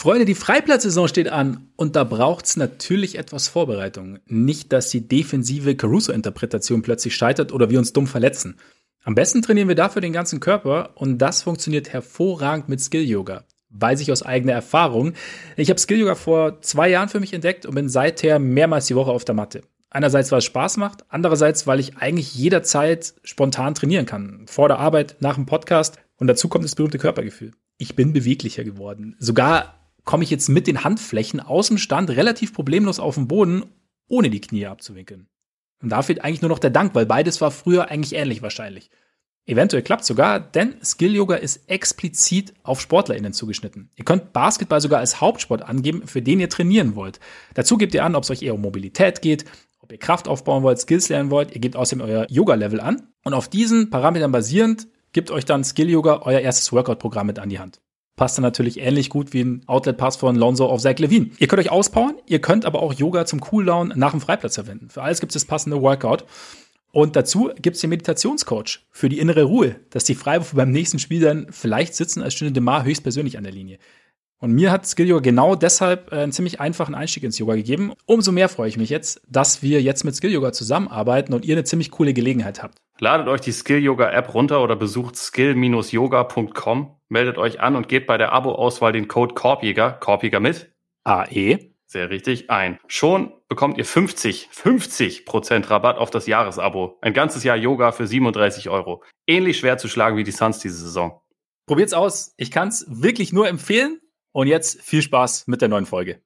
Freunde, die Freiplatzsaison steht an und da braucht's natürlich etwas Vorbereitung. Nicht, dass die defensive Caruso-Interpretation plötzlich scheitert oder wir uns dumm verletzen. Am besten trainieren wir dafür den ganzen Körper und das funktioniert hervorragend mit Skill-Yoga. Weiß ich aus eigener Erfahrung. Ich habe Skill-Yoga vor 2 Jahren für mich entdeckt und bin seither mehrmals die Woche auf der Matte. Einerseits, weil es Spaß macht, andererseits, weil ich eigentlich jederzeit spontan trainieren kann. Vor der Arbeit, nach dem Podcast und dazu kommt das berühmte Körpergefühl. Ich bin beweglicher geworden. Sogar komme ich jetzt mit den Handflächen aus dem Stand relativ problemlos auf den Boden, ohne die Knie abzuwinkeln. Und da fehlt eigentlich nur noch der Dank, weil beides war früher eigentlich ähnlich wahrscheinlich. Eventuell klappt sogar, denn Skill-Yoga ist explizit auf SportlerInnen zugeschnitten. Ihr könnt Basketball sogar als Hauptsport angeben, für den ihr trainieren wollt. Dazu gebt ihr an, ob es euch eher um Mobilität geht, ob ihr Kraft aufbauen wollt, Skills lernen wollt. Ihr gebt außerdem euer Yoga-Level an. Und auf diesen Parametern basierend gibt euch dann Skill-Yoga euer erstes Workout-Programm mit an die Hand. Passt dann natürlich ähnlich gut wie ein Outlet-Pass von Lonzo auf Zach LaVine. Ihr könnt euch auspowern, ihr könnt aber auch Yoga zum Cooldown nach dem Freiplatz verwenden. Für alles gibt es das passende Workout. Und dazu gibt es den Meditationscoach für die innere Ruhe, dass die Freiwürfe beim nächsten Spiel dann vielleicht sitzen, als stünde DeMar höchstpersönlich an der Linie. Und mir hat Skill-Yoga genau deshalb einen ziemlich einfachen Einstieg ins Yoga gegeben. Umso mehr freue ich mich jetzt, dass wir jetzt mit Skill-Yoga zusammenarbeiten und ihr eine ziemlich coole Gelegenheit habt. Ladet euch die Skill-Yoga-App runter oder besucht skill-yoga.com, meldet euch an und gebt bei der Abo-Auswahl den Code Korbjäger mit AE. Sehr richtig, ein. Schon bekommt ihr 50% Rabatt auf das Jahresabo. Ein ganzes Jahr Yoga für 37 €. Ähnlich schwer zu schlagen wie die Suns diese Saison. Probiert's aus. Ich kann's wirklich nur empfehlen. Und jetzt viel Spaß mit der neuen Folge.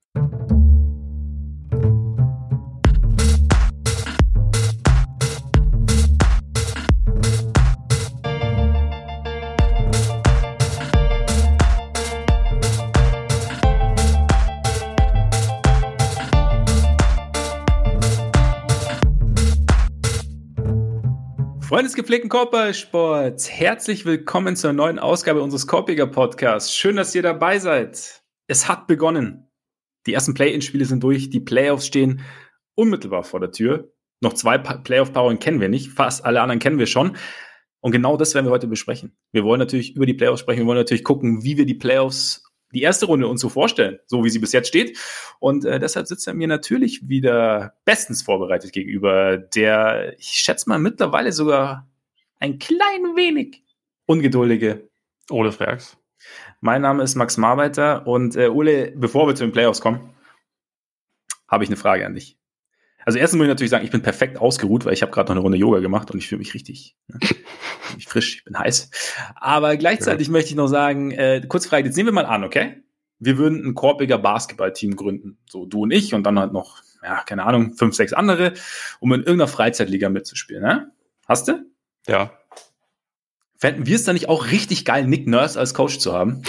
Freunde des gepflegten Korbballsports, herzlich willkommen zur neuen Ausgabe unseres Korbjäger Podcasts. Schön, dass ihr dabei seid. Es hat begonnen. Die ersten Play-In-Spiele sind durch, die Playoffs stehen unmittelbar vor der Tür. Noch 2 Playoff-Paarungen kennen wir nicht, fast alle anderen kennen wir schon. Und genau das werden wir heute besprechen. Wir wollen natürlich über die Playoffs sprechen, wir wollen natürlich gucken, wie wir die Playoffs, die erste Runde uns so vorstellen, so wie sie bis jetzt steht. Und deshalb sitzt er mir natürlich wieder bestens vorbereitet gegenüber, der, ich schätze mal, mittlerweile sogar ein klein wenig ungeduldige Ole Freaks. Mein Name ist Max Marbeiter und Ole, bevor wir zu den Playoffs kommen, habe ich eine Frage an dich. Also erstens muss ich natürlich sagen, ich bin perfekt ausgeruht, weil ich habe gerade noch eine Runde Yoga gemacht und ich fühle mich richtig ich frisch, ich bin heiß. Aber gleichzeitig möchte ich noch sagen, kurz Frage, jetzt nehmen wir mal an, okay? Wir würden ein Korbjäger Basketballteam gründen. So, du und ich und dann halt noch, ja, keine Ahnung, 5, 6 andere, um in irgendeiner Freizeitliga mitzuspielen, ne? Hast du? Ja. Fänden wir es dann nicht auch richtig geil, Nick Nurse als Coach zu haben?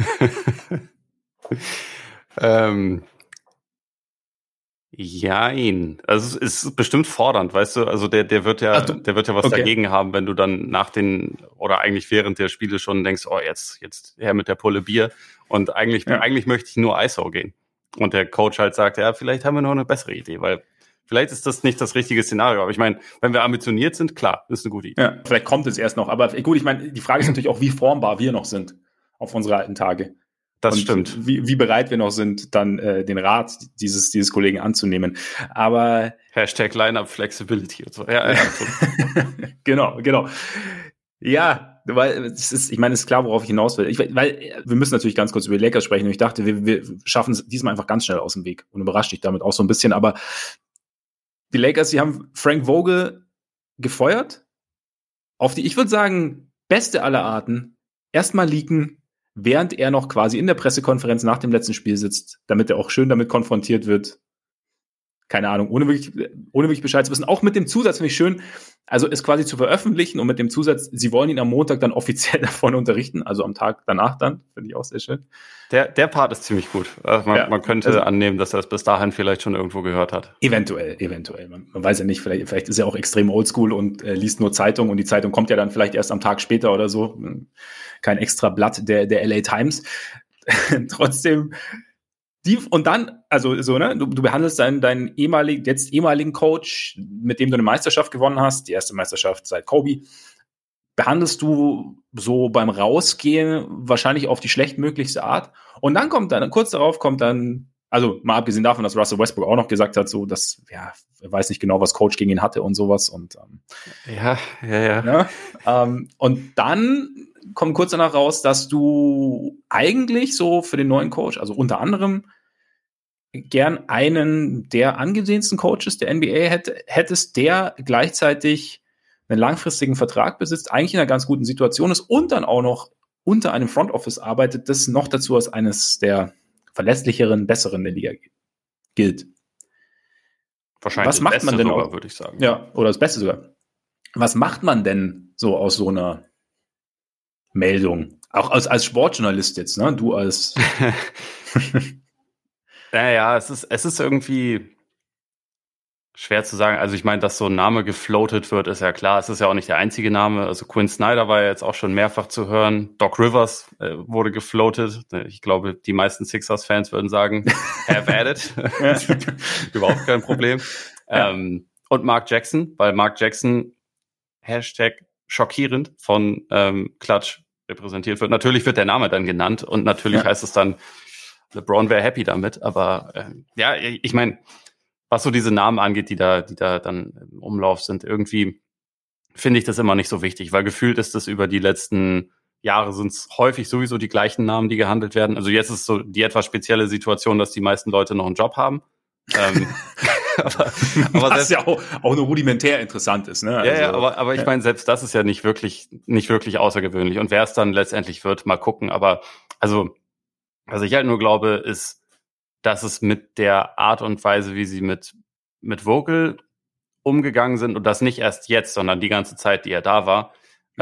Jein. Also es ist bestimmt fordernd, weißt du, also der wird ja was dagegen haben, wenn du dann nach den oder eigentlich während der Spiele schon denkst, oh, jetzt her mit der Pulle Bier und eigentlich möchte ich nur ISO gehen. Und der Coach halt sagt, ja, vielleicht haben wir noch eine bessere Idee, weil vielleicht ist das nicht das richtige Szenario, aber ich meine, wenn wir ambitioniert sind, klar, das ist eine gute Idee. Ja, vielleicht kommt es erst noch, aber gut, ich meine, die Frage ist natürlich auch, wie formbar wir noch sind auf unsere alten Tage. Das und stimmt. Wie bereit wir noch sind, dann den Rat dieses Kollegen anzunehmen. Aber Hashtag Lineup Flexibility und so. Ja. Genau. Ja, weil ich meine, es ist klar, worauf ich hinaus will. Weil wir müssen natürlich ganz kurz über die Lakers sprechen. Und ich dachte, wir schaffen es diesmal einfach ganz schnell aus dem Weg und überrascht dich damit auch so ein bisschen. Aber die Lakers, die haben Frank Vogel gefeuert. Auf die, ich würde sagen, beste aller Arten. Erstmal leaken, während er noch quasi in der Pressekonferenz nach dem letzten Spiel sitzt, damit er auch schön damit konfrontiert wird. Keine Ahnung, ohne wirklich Bescheid zu wissen. Auch mit dem Zusatz finde ich schön, also es quasi zu veröffentlichen und mit dem Zusatz, sie wollen ihn am Montag dann offiziell davon unterrichten, also am Tag danach dann, finde ich auch sehr schön. Der Part ist ziemlich gut. Also man könnte annehmen, dass er es bis dahin vielleicht schon irgendwo gehört hat. Eventuell. Man weiß ja nicht, vielleicht ist er auch extrem oldschool und liest nur Zeitung und die Zeitung kommt ja dann vielleicht erst am Tag später oder so. Kein extra Blatt der LA Times. Trotzdem, und dann, also so, ne, du behandelst deinen ehemaligen Coach, mit dem du eine Meisterschaft gewonnen hast, die erste Meisterschaft seit Kobe, behandelst du so beim Rausgehen wahrscheinlich auf die schlechtmöglichste Art. Und dann kurz darauf kommt dann, also mal abgesehen davon, dass Russell Westbrook auch noch gesagt hat, so, dass, ja, er weiß nicht genau, was Coach gegen ihn hatte und sowas. Und ja. Ne? Und dann kommt kurz danach raus, dass du eigentlich so für den neuen Coach, also unter anderem gern einen der angesehensten Coaches der NBA hättest, der gleichzeitig einen langfristigen Vertrag besitzt, eigentlich in einer ganz guten Situation ist und dann auch noch unter einem Front Office arbeitet, das noch dazu als eines der verlässlicheren, besseren der Liga gilt. Wahrscheinlich was macht man denn sogar, auch, würde ich sagen. Ja, oder das Beste sogar. Was macht man denn so aus so einer Meldung? Auch als Sportjournalist jetzt, ne? Du als Naja, es ist irgendwie schwer zu sagen. Also ich meine, dass so ein Name gefloatet wird, ist ja klar. Es ist ja auch nicht der einzige Name. Also Quinn Snyder war ja jetzt auch schon mehrfach zu hören. Doc Rivers wurde gefloatet. Ich glaube, die meisten Sixers-Fans würden sagen, have at it. Überhaupt kein Problem. Ja. Und Mark Jackson, weil Mark Jackson #schockierend von Clutch repräsentiert wird. Natürlich wird der Name dann genannt und natürlich heißt es dann, LeBron wäre happy damit. Aber ja, ich meine, was so diese Namen angeht, die da dann im Umlauf sind, irgendwie finde ich das immer nicht so wichtig, weil gefühlt ist das über die letzten Jahre sind es häufig sowieso die gleichen Namen, die gehandelt werden. Also jetzt ist so die etwas spezielle Situation, dass die meisten Leute noch einen Job haben. aber was ja auch nur rudimentär interessant ist, ne? Also, ja, aber ich meine, selbst das ist ja nicht wirklich außergewöhnlich. Und wer es dann letztendlich wird, mal gucken. Aber also, was ich halt nur glaube, ist, dass es mit der Art und Weise, wie sie mit Vogel umgegangen sind und das nicht erst jetzt, sondern die ganze Zeit, die er da war,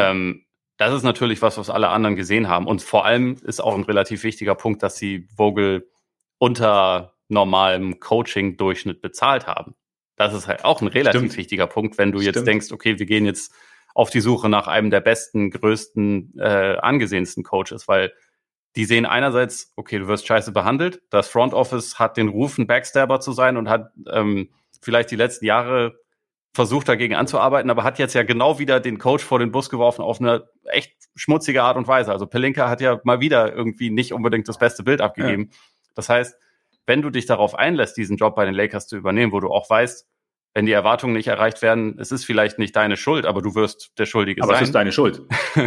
das ist natürlich was alle anderen gesehen haben. Und vor allem ist auch ein relativ wichtiger Punkt, dass sie Vogel unter normalem Coaching-Durchschnitt bezahlt haben. Das ist halt auch ein relativ wichtiger Punkt, wenn du jetzt denkst, okay, wir gehen jetzt auf die Suche nach einem der besten, größten, angesehensten Coaches, weil die sehen einerseits, okay, du wirst scheiße behandelt. Das Front Office hat den Ruf, ein Backstabber zu sein und hat vielleicht die letzten Jahre versucht, dagegen anzuarbeiten, aber hat jetzt ja genau wieder den Coach vor den Bus geworfen auf eine echt schmutzige Art und Weise. Also Pelinka hat ja mal wieder irgendwie nicht unbedingt das beste Bild abgegeben. Ja. Das heißt, wenn du dich darauf einlässt, diesen Job bei den Lakers zu übernehmen, wo du auch weißt, wenn die Erwartungen nicht erreicht werden, es ist vielleicht nicht deine Schuld, aber du wirst der Schuldige sein. Aber es ist deine Schuld.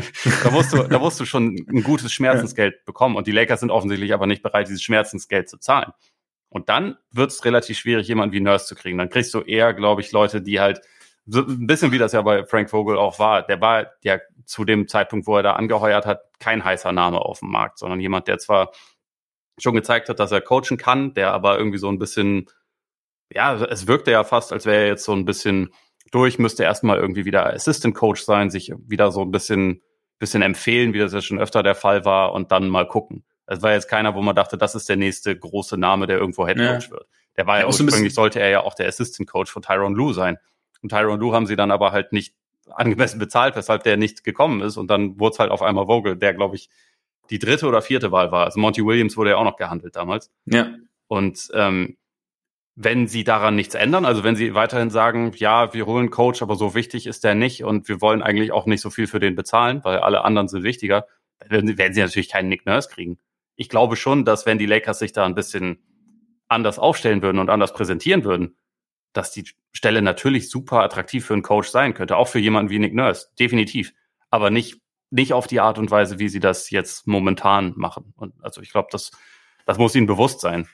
Da musst du schon ein gutes Schmerzensgeld bekommen. Und die Lakers sind offensichtlich aber nicht bereit, dieses Schmerzensgeld zu zahlen. Und dann wird es relativ schwierig, jemanden wie Nurse zu kriegen. Dann kriegst du eher, glaube ich, Leute, die halt, so ein bisschen wie das ja bei Frank Vogel auch war, der war ja zu dem Zeitpunkt, wo er da angeheuert hat, kein heißer Name auf dem Markt, sondern jemand, der zwar schon gezeigt hat, dass er coachen kann, der aber irgendwie so ein bisschen, ja, es wirkte ja fast, als wäre er jetzt so ein bisschen durch, müsste erstmal irgendwie wieder Assistant Coach sein, sich wieder so ein bisschen empfehlen, wie das ja schon öfter der Fall war und dann mal gucken. Es war jetzt keiner, wo man dachte, das ist der nächste große Name, der irgendwo Head Coach wird. Der war ja ursprünglich, sollte er ja auch der Assistant Coach von Tyronn Lue sein. Und Tyronn Lue haben sie dann aber halt nicht angemessen bezahlt, weshalb der nicht gekommen ist. Und dann wurde es halt auf einmal Vogel, der, glaube ich, die 3. oder 4. Wahl war. Also Monty Williams wurde ja auch noch gehandelt damals. Ja. Und wenn sie daran nichts ändern, also wenn sie weiterhin sagen, ja, wir holen Coach, aber so wichtig ist der nicht und wir wollen eigentlich auch nicht so viel für den bezahlen, weil alle anderen sind wichtiger, dann werden sie natürlich keinen Nick Nurse kriegen. Ich glaube schon, dass wenn die Lakers sich da ein bisschen anders aufstellen würden und anders präsentieren würden, dass die Stelle natürlich super attraktiv für einen Coach sein könnte, auch für jemanden wie Nick Nurse, definitiv, aber nicht auf die Art und Weise, wie sie das jetzt momentan machen. Und also ich glaube, das muss ihnen bewusst sein.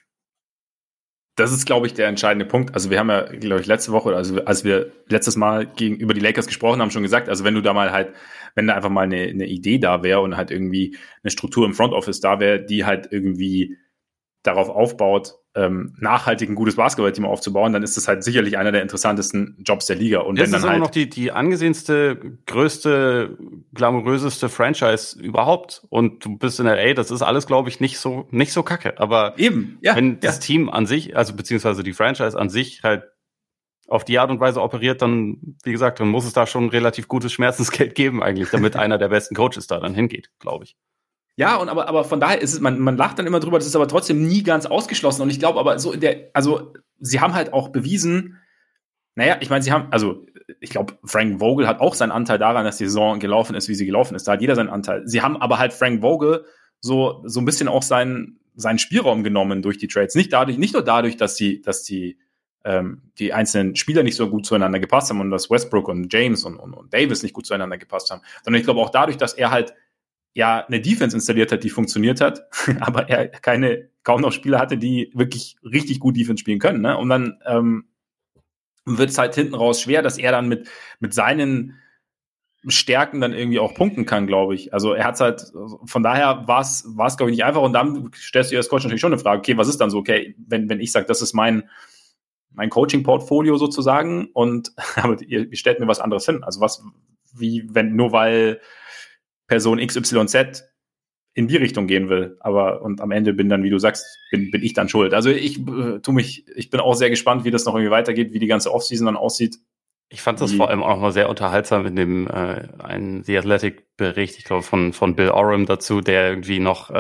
Das ist, glaube ich, der entscheidende Punkt. Also wir haben ja, glaube ich, letzte Woche, also als wir letztes Mal gegenüber die Lakers gesprochen haben, schon gesagt, also wenn da einfach mal eine Idee da wäre und halt irgendwie eine Struktur im Front Office da wäre, die halt irgendwie darauf aufbaut, nachhaltig ein gutes Basketballteam aufzubauen, dann ist das halt sicherlich einer der interessantesten Jobs der Liga. Und das wenn dann ist immer noch die angesehenste, größte, glamouröseste Franchise überhaupt. Und du bist in LA, das ist alles, glaube ich, nicht so kacke. Aber eben, ja, wenn das Team an sich, also beziehungsweise die Franchise an sich halt auf die Art und Weise operiert, dann, wie gesagt, dann muss es da schon ein relativ gutes Schmerzensgeld geben eigentlich, damit einer der besten Coaches da dann hingeht, glaube ich. Ja, und aber von daher ist es, man lacht dann immer drüber, das ist aber trotzdem nie ganz ausgeschlossen. Und ich glaube aber so sie haben halt auch bewiesen, naja, ich meine, sie haben, also ich glaube, Frank Vogel hat auch seinen Anteil daran, dass die Saison gelaufen ist, wie sie gelaufen ist. Da hat jeder seinen Anteil. Sie haben aber halt Frank Vogel so ein bisschen auch seinen Spielraum genommen durch die Trades. Nicht nur dadurch, dass die einzelnen Spieler nicht so gut zueinander gepasst haben und dass Westbrook und James und Davis nicht gut zueinander gepasst haben, sondern ich glaube auch dadurch, dass er halt ja eine Defense installiert hat, die funktioniert hat, aber er kaum noch Spieler hatte, die wirklich richtig gut Defense spielen können. Ne? Und dann wird es halt hinten raus schwer, dass er dann mit seinen Stärken dann irgendwie auch punkten kann, glaube ich. Also er hat halt, von daher war es, glaube ich, nicht einfach. Und dann stellst du dir als Coach natürlich schon eine Frage, okay, was ist dann so? Okay, wenn ich sage, das ist mein Coaching-Portfolio sozusagen und aber ihr stellt mir was anderes hin. Also nur weil Person XYZ in die Richtung gehen will, und am Ende bin dann, wie du sagst, bin ich dann schuld. Also ich bin auch sehr gespannt, wie das noch irgendwie weitergeht, wie die ganze Offseason dann aussieht. Ich fand das vor allem auch noch mal sehr unterhaltsam in dem einen The Athletic-Bericht, ich glaube von Bill Oram dazu, der irgendwie noch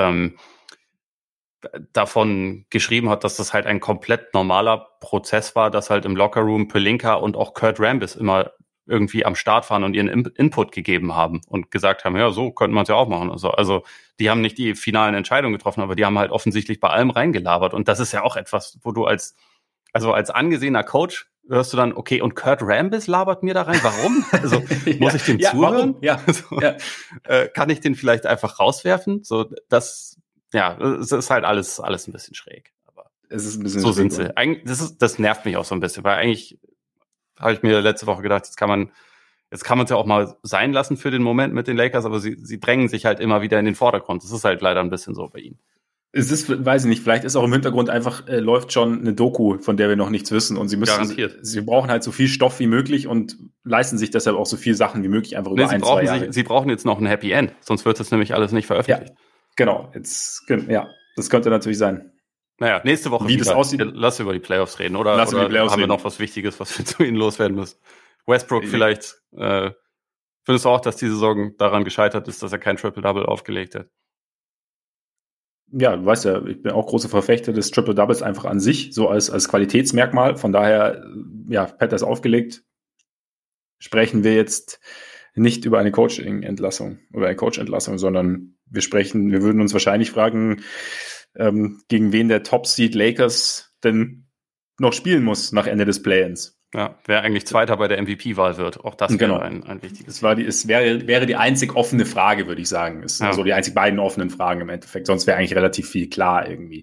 davon geschrieben hat, dass das halt ein komplett normaler Prozess war, dass halt im Lockerroom Pelinka und auch Kurt Rambis immer irgendwie am Start waren und ihren Input gegeben haben und gesagt haben, ja, so könnte man es ja auch machen. Also die haben nicht die finalen Entscheidungen getroffen, aber die haben halt offensichtlich bei allem reingelabert. Und das ist ja auch etwas, wo du als angesehener Coach hörst du dann, okay, und Kurt Rambis labert mir da rein, warum? Also muss ich dem zuhören? Ja. Kann ich den vielleicht einfach rauswerfen? So, es ist halt alles ein bisschen schräg. Aber es ist ein bisschen so sind sie. Eigentlich, das nervt mich auch so ein bisschen, weil eigentlich habe ich mir letzte Woche gedacht, jetzt kann man es ja auch mal sein lassen für den Moment mit den Lakers, aber sie drängen sich halt immer wieder in den Vordergrund. Das ist halt leider ein bisschen so bei ihnen. Es ist, weiß ich nicht, vielleicht ist auch im Hintergrund einfach, läuft schon eine Doku, von der wir noch nichts wissen und sie brauchen halt so viel Stoff wie möglich und leisten sich deshalb auch so viel Sachen wie möglich einfach über 2 Jahre. Sie brauchen jetzt noch ein Happy End, sonst wird das nämlich alles nicht veröffentlicht. Ja, genau. Das könnte natürlich sein. Naja, nächste Woche wie das aussieht. Lass über die Playoffs reden, oder haben wir noch was Wichtiges, was wir zu ihnen loswerden müssen? Westbrook vielleicht, findest du auch, dass die Saison daran gescheitert ist, dass er kein Triple-Double aufgelegt hat? Ja, du weißt ja, ich bin auch großer Verfechter des Triple-Doubles einfach an sich, so als Qualitätsmerkmal. Von daher, Pat ist aufgelegt. Sprechen wir jetzt nicht über eine Coaching-Entlassung oder eine Coach-Entlassung, sondern wir würden uns wahrscheinlich fragen, gegen wen der Top-Seed Lakers denn noch spielen muss nach Ende des Play-ins. Ja, wer eigentlich Zweiter bei der MVP-Wahl wird. Auch das wäre ein wichtiges. Es wäre die einzig offene Frage, würde ich sagen. Also die einzig beiden offenen Fragen im Endeffekt. Sonst wäre eigentlich relativ viel klar irgendwie.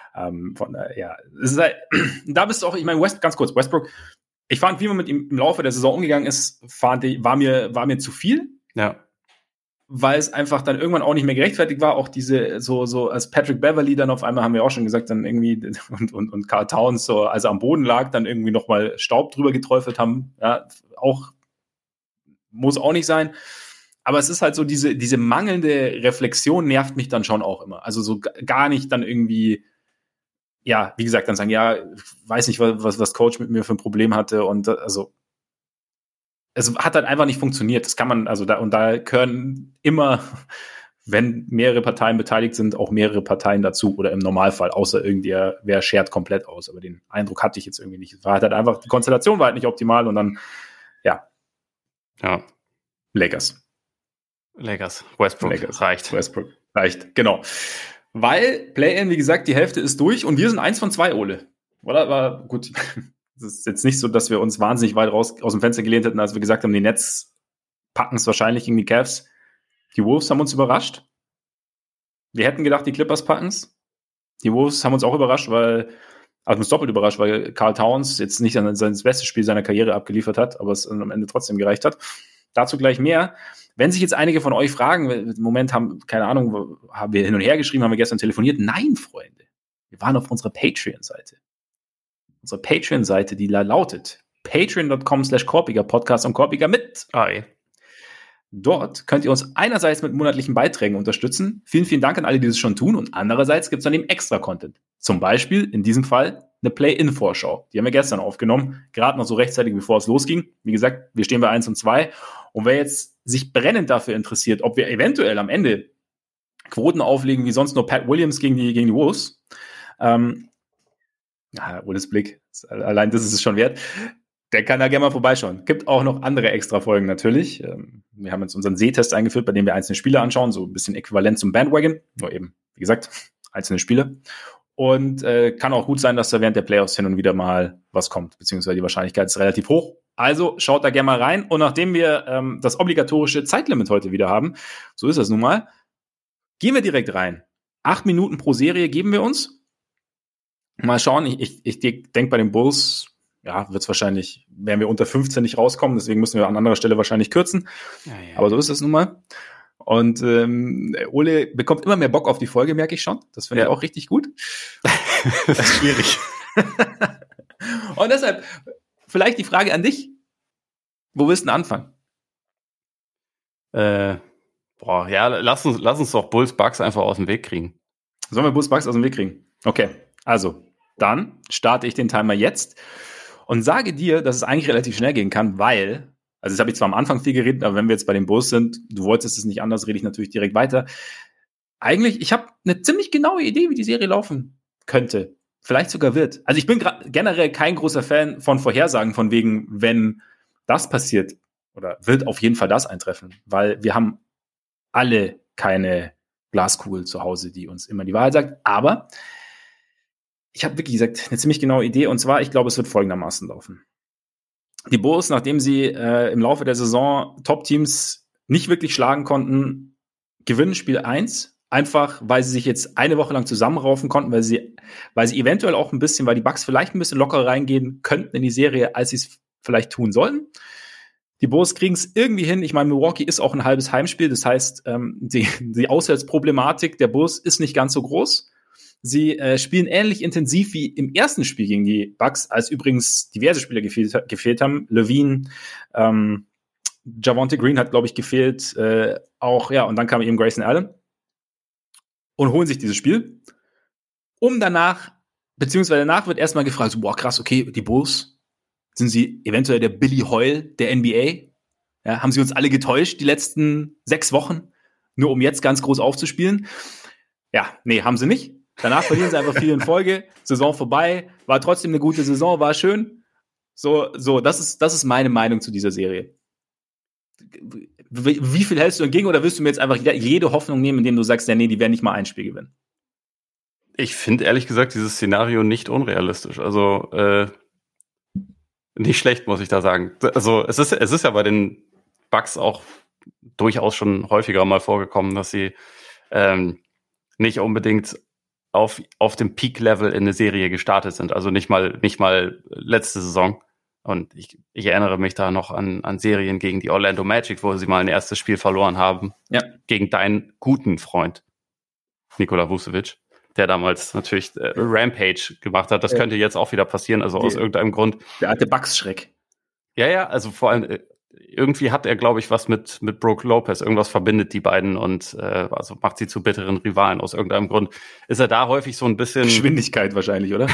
Es ist halt, da bist du auch, ich meine, ganz kurz, Westbrook, ich fand, wie man mit ihm im Laufe der Saison umgegangen ist, war mir zu viel. Ja. Weil es einfach dann irgendwann auch nicht mehr gerechtfertigt war, auch diese, so als Patrick Beverley dann auf einmal, haben wir auch schon gesagt, dann irgendwie, und Karl Towns, so, als er am Boden lag, dann irgendwie nochmal Staub drüber geträufelt haben, ja, muss auch nicht sein. Aber es ist halt so, diese mangelnde Reflexion nervt mich dann schon auch immer. Also so gar nicht dann irgendwie, ja, wie gesagt, dann sagen, ja, ich weiß nicht, was Coach mit mir für ein Problem hatte und also, es hat halt einfach nicht funktioniert. Das kann man, da gehören immer, wenn mehrere Parteien beteiligt sind, auch mehrere Parteien dazu oder im Normalfall, außer wer schert komplett aus. Aber den Eindruck hatte ich jetzt irgendwie nicht. Es war halt einfach, die Konstellation war halt nicht optimal und dann, ja. Lakers. Westbrook reicht, genau. Weil Play-In, wie gesagt, die Hälfte ist durch und wir sind 1 von 2, Ole. Oder? War gut. Es ist jetzt nicht so, dass wir uns wahnsinnig weit aus dem Fenster gelehnt hätten, als wir gesagt haben, die Nets packen es wahrscheinlich gegen die Cavs. Die Wolves haben uns überrascht. Wir hätten gedacht, die Clippers packen es. Die Wolves haben uns auch überrascht, uns doppelt überrascht, weil Karl Towns jetzt nicht sein bestes Spiel seiner Karriere abgeliefert hat, aber es am Ende trotzdem gereicht hat. Dazu gleich mehr. Wenn sich jetzt einige von euch fragen, im Moment haben wir hin und her geschrieben, haben wir gestern telefoniert. Nein, Freunde. Wir waren auf unserer Patreon-Seite. Unsere Patreon-Seite, die lautet patreon.com/Korpiger-Podcast und Korpiger mit AI. Dort könnt ihr uns einerseits mit monatlichen Beiträgen unterstützen. Vielen, vielen Dank an alle, die das schon tun. Und andererseits gibt es dann eben extra Content. Zum Beispiel, in diesem Fall, eine Play-In-Vorschau. Die haben wir gestern aufgenommen. Gerade noch so rechtzeitig, bevor es losging. Wie gesagt, wir stehen bei 1 und 2. Und wer jetzt sich brennend dafür interessiert, ob wir eventuell am Ende Quoten auflegen, wie sonst nur Pat Williams gegen die Wolves, Willis Blick, allein das ist es schon wert. der kann da gerne mal vorbeischauen. Gibt auch noch andere Extra-Folgen natürlich. Wir haben jetzt unseren Sehtest eingeführt, bei dem wir einzelne Spiele anschauen, so ein bisschen äquivalent zum Bandwagon, nur eben, wie gesagt, einzelne Spiele. Und kann auch gut sein, dass da während der Playoffs hin und wieder mal was kommt, beziehungsweise die Wahrscheinlichkeit ist relativ hoch. Also schaut da gerne mal rein. Und nachdem wir das obligatorische Zeitlimit heute wieder haben, so ist das nun mal, gehen wir direkt rein. 8 Minuten pro Serie geben wir uns. Mal schauen, ich denke bei den Bulls, ja, werden wir unter 15 nicht rauskommen, deswegen müssen wir an anderer Stelle wahrscheinlich kürzen. Ja. Aber so ist es nun mal. Und Ole bekommt immer mehr Bock auf die Folge, merke ich schon. Das finde ich auch richtig gut. Das ist schwierig. Und deshalb vielleicht die Frage an dich. Wo willst du denn anfangen? Lass uns doch Bulls Bucks einfach aus dem Weg kriegen. Sollen wir Bulls Bucks aus dem Weg kriegen? Okay, also dann starte ich den Timer jetzt und sage dir, dass es eigentlich relativ schnell gehen kann, weil, also das habe ich zwar am Anfang viel geredet, aber wenn wir jetzt bei den Bulls sind, du wolltest es nicht anders, rede ich natürlich direkt weiter. Eigentlich, ich habe eine ziemlich genaue Idee, wie die Serie laufen könnte. Vielleicht sogar wird. Also ich bin generell kein großer Fan von Vorhersagen, von wegen, wenn das passiert, oder wird auf jeden Fall das eintreffen, weil wir haben alle keine Glaskugel zu Hause, die uns immer die Wahrheit sagt, aber ich habe wirklich gesagt, eine ziemlich genaue Idee, und zwar, ich glaube, es wird folgendermaßen laufen. Die Bulls, nachdem sie im Laufe der Saison Top-Teams nicht wirklich schlagen konnten, gewinnen Spiel 1, einfach, weil sie sich jetzt eine Woche lang zusammenraufen konnten, weil sie eventuell auch ein bisschen, weil die Bucks vielleicht ein bisschen lockerer reingehen könnten in die Serie, als sie es vielleicht tun sollten. Die Bulls kriegen es irgendwie hin. Ich meine, Milwaukee ist auch ein halbes Heimspiel. Das heißt, die Auswärtsproblematik der Bulls ist nicht ganz so groß. Sie spielen ähnlich intensiv wie im ersten Spiel gegen die Bucks, als übrigens diverse Spieler gefehlt haben. Levine, Javonte Green hat, glaube ich, gefehlt. Und dann kam eben Grayson Allen. Und holen sich dieses Spiel. Danach wird erstmal gefragt, so, boah, krass, okay, die Bulls, sind sie eventuell der Billy Hoyle der NBA? Ja, haben sie uns alle getäuscht die letzten 6 Wochen, nur um jetzt ganz groß aufzuspielen? Ja, nee, haben sie nicht. Danach verlieren sie einfach viel in Folge. Saison vorbei, war trotzdem eine gute Saison, war schön. So, das ist meine Meinung zu dieser Serie. Wie viel hältst du entgegen, oder willst du mir jetzt einfach jede Hoffnung nehmen, indem du sagst, ja, nee, die werden nicht mal ein Spiel gewinnen? Ich finde ehrlich gesagt dieses Szenario nicht unrealistisch. Also nicht schlecht, muss ich da sagen. Also es ist ja bei den Bucks auch durchaus schon häufiger mal vorgekommen, dass sie nicht unbedingt auf dem Peak-Level in eine Serie gestartet sind. Also nicht mal letzte Saison. Und ich erinnere mich da noch an Serien gegen die Orlando Magic, wo sie mal ein erstes Spiel verloren haben. Ja. Gegen deinen guten Freund, Nikola Vucevic, der damals natürlich Rampage gemacht hat. Das könnte jetzt auch wieder passieren, also aus irgendeinem Grund. Der alte Bucks-Schreck. Ja, also vor allem irgendwie hat er, glaube ich, was mit Brook Lopez. Irgendwas verbindet die beiden und also macht sie zu bitteren Rivalen aus irgendeinem Grund. Ist er da häufig so ein bisschen... Geschwindigkeit wahrscheinlich, oder?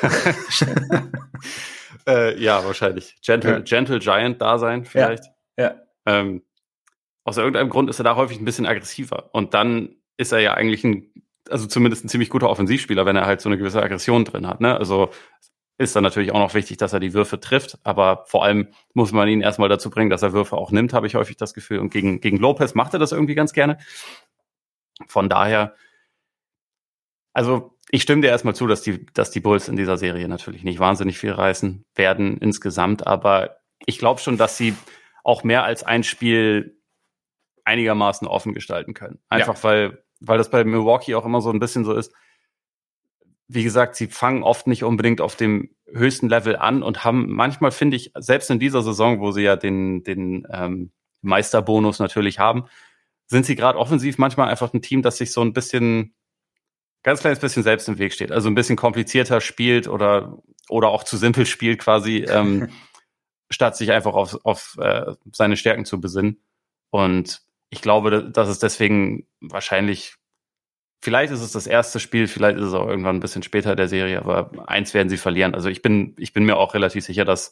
Ja, wahrscheinlich. Gentle Giant-Dasein vielleicht. Ja. Aus irgendeinem Grund ist er da häufig ein bisschen aggressiver. Und dann ist er ja eigentlich zumindest ein ziemlich guter Offensivspieler, wenn er halt so eine gewisse Aggression drin hat. Ne? Also ist dann natürlich auch noch wichtig, dass er die Würfe trifft. Aber vor allem muss man ihn erstmal dazu bringen, dass er Würfe auch nimmt, habe ich häufig das Gefühl. Und gegen Lopez macht er das irgendwie ganz gerne. Von daher, also ich stimme dir erstmal zu, dass die Bulls in dieser Serie natürlich nicht wahnsinnig viel reißen werden insgesamt, aber ich glaube schon, dass sie auch mehr als ein Spiel einigermaßen offen gestalten können. Einfach weil das bei Milwaukee auch immer so ein bisschen so ist. Wie gesagt, sie fangen oft nicht unbedingt auf dem höchsten Level an und haben manchmal, finde ich, selbst in dieser Saison, wo sie ja den Meisterbonus natürlich haben, sind sie gerade offensiv manchmal einfach ein Team, das sich so ein bisschen ganz kleines bisschen selbst im Weg steht. Also ein bisschen komplizierter spielt oder auch zu simpel spielt quasi, statt sich einfach auf seine Stärken zu besinnen. Und ich glaube, dass es deswegen wahrscheinlich, vielleicht ist es das erste Spiel, vielleicht ist es auch irgendwann ein bisschen später der Serie, aber eins werden sie verlieren. Also ich bin mir auch relativ sicher, dass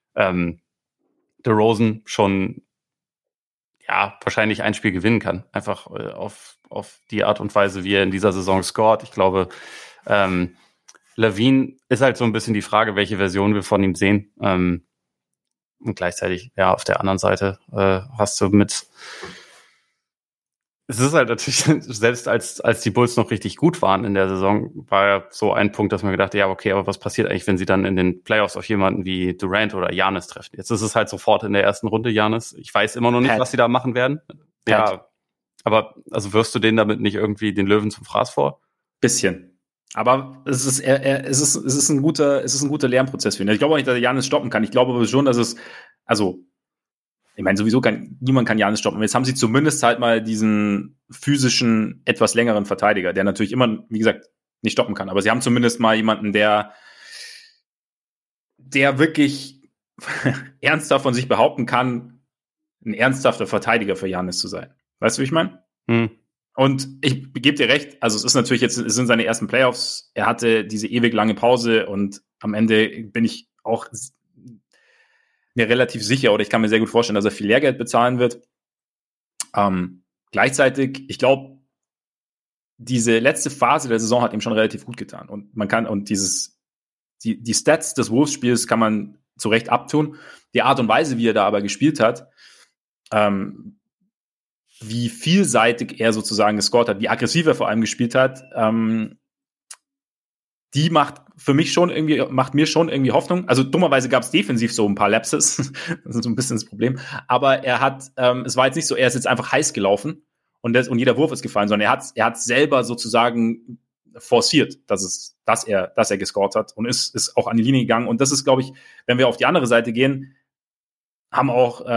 DeRozan schon wahrscheinlich ein Spiel gewinnen kann. Einfach auf die Art und Weise, wie er in dieser Saison scored. Ich glaube, Levine ist halt so ein bisschen die Frage, welche Version wir von ihm sehen. Und gleichzeitig, ja, auf der anderen Seite hast du es ist halt natürlich, selbst als die Bulls noch richtig gut waren in der Saison, war ja so ein Punkt, dass man gedacht hat, ja, okay, aber was passiert eigentlich, wenn sie dann in den Playoffs auf jemanden wie Durant oder Giannis treffen? Jetzt ist es halt sofort in der ersten Runde Giannis. Ich weiß immer noch nicht, was sie da machen werden. Ja, aber also wirfst du denen damit nicht irgendwie den Löwen zum Fraß vor? Bisschen. Aber es ist ein guter Lernprozess für ihn. Ich glaube auch nicht, dass er Giannis stoppen kann. Ich glaube aber schon, dass ich meine, sowieso niemand kann Giannis stoppen. Jetzt haben sie zumindest halt mal diesen physischen, etwas längeren Verteidiger, der natürlich immer, wie gesagt, nicht stoppen kann. Aber sie haben zumindest mal jemanden, der wirklich ernsthaft von sich behaupten kann, ein ernsthafter Verteidiger für Giannis zu sein. Weißt du, wie ich meine? Und ich gebe dir recht, also es ist natürlich jetzt, es sind seine ersten Playoffs, er hatte diese ewig lange Pause und am Ende bin ich auch mir relativ sicher, oder ich kann mir sehr gut vorstellen, dass er viel Lehrgeld bezahlen wird. Gleichzeitig, ich glaube, diese letzte Phase der Saison hat ihm schon relativ gut getan. Und man kann, und die Stats des Wolves-Spiels kann man zu Recht abtun. Die Art und Weise, wie er da aber gespielt hat, wie vielseitig er sozusagen gescored hat, wie aggressiv er vor allem gespielt hat, die macht mir schon irgendwie Hoffnung. Also dummerweise gab es defensiv so ein paar Lapses. Das ist so ein bisschen das Problem. Aber es war jetzt nicht so, er ist jetzt einfach heiß gelaufen und jeder Wurf ist gefallen, sondern er hat selber sozusagen forciert, dass er gescored hat und ist auch an die Linie gegangen. Und das ist, glaube ich, wenn wir auf die andere Seite gehen, haben auch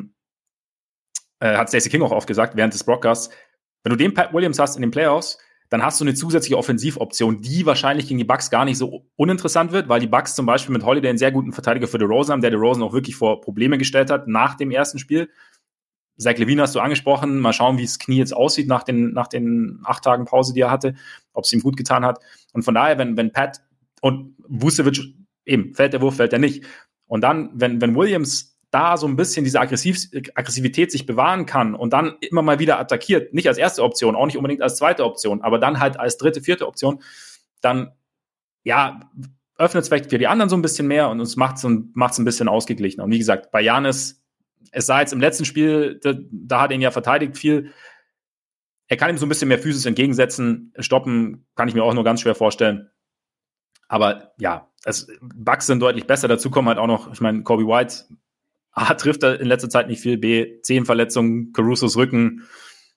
hat Stacey King auch oft gesagt während des Broadcasts, wenn du den Pat Williams hast in den Playoffs, dann hast du eine zusätzliche Offensivoption, die wahrscheinlich gegen die Bucks gar nicht so uninteressant wird, weil die Bucks zum Beispiel mit Holiday einen sehr guten Verteidiger für DeRozan haben, der DeRozan auch wirklich vor Probleme gestellt hat nach dem ersten Spiel. Zach LaVine hast du angesprochen. Mal schauen, wie das Knie jetzt aussieht nach den 8 Tagen Pause, die er hatte, ob es ihm gut getan hat. Und von daher, wenn Pat und Vucevic eben, fällt der Wurf, fällt er nicht. Und dann, wenn Williams da so ein bisschen diese Aggressivität sich bewahren kann und dann immer mal wieder attackiert, nicht als erste Option, auch nicht unbedingt als zweite Option, aber dann halt als dritte, vierte Option, dann, ja, öffnet es vielleicht für die anderen so ein bisschen mehr und es macht's ein bisschen ausgeglichener. Und wie gesagt, bei Giannis, es sah jetzt im letzten Spiel, da hat er ihn ja verteidigt viel, er kann ihm so ein bisschen mehr Physis entgegensetzen, stoppen kann ich mir auch nur ganz schwer vorstellen. Aber ja, Bucks sind deutlich besser, dazu kommen halt auch noch, ich meine, Kobe White, A, trifft er in letzter Zeit nicht viel, B, 10 Verletzungen, Carusos Rücken.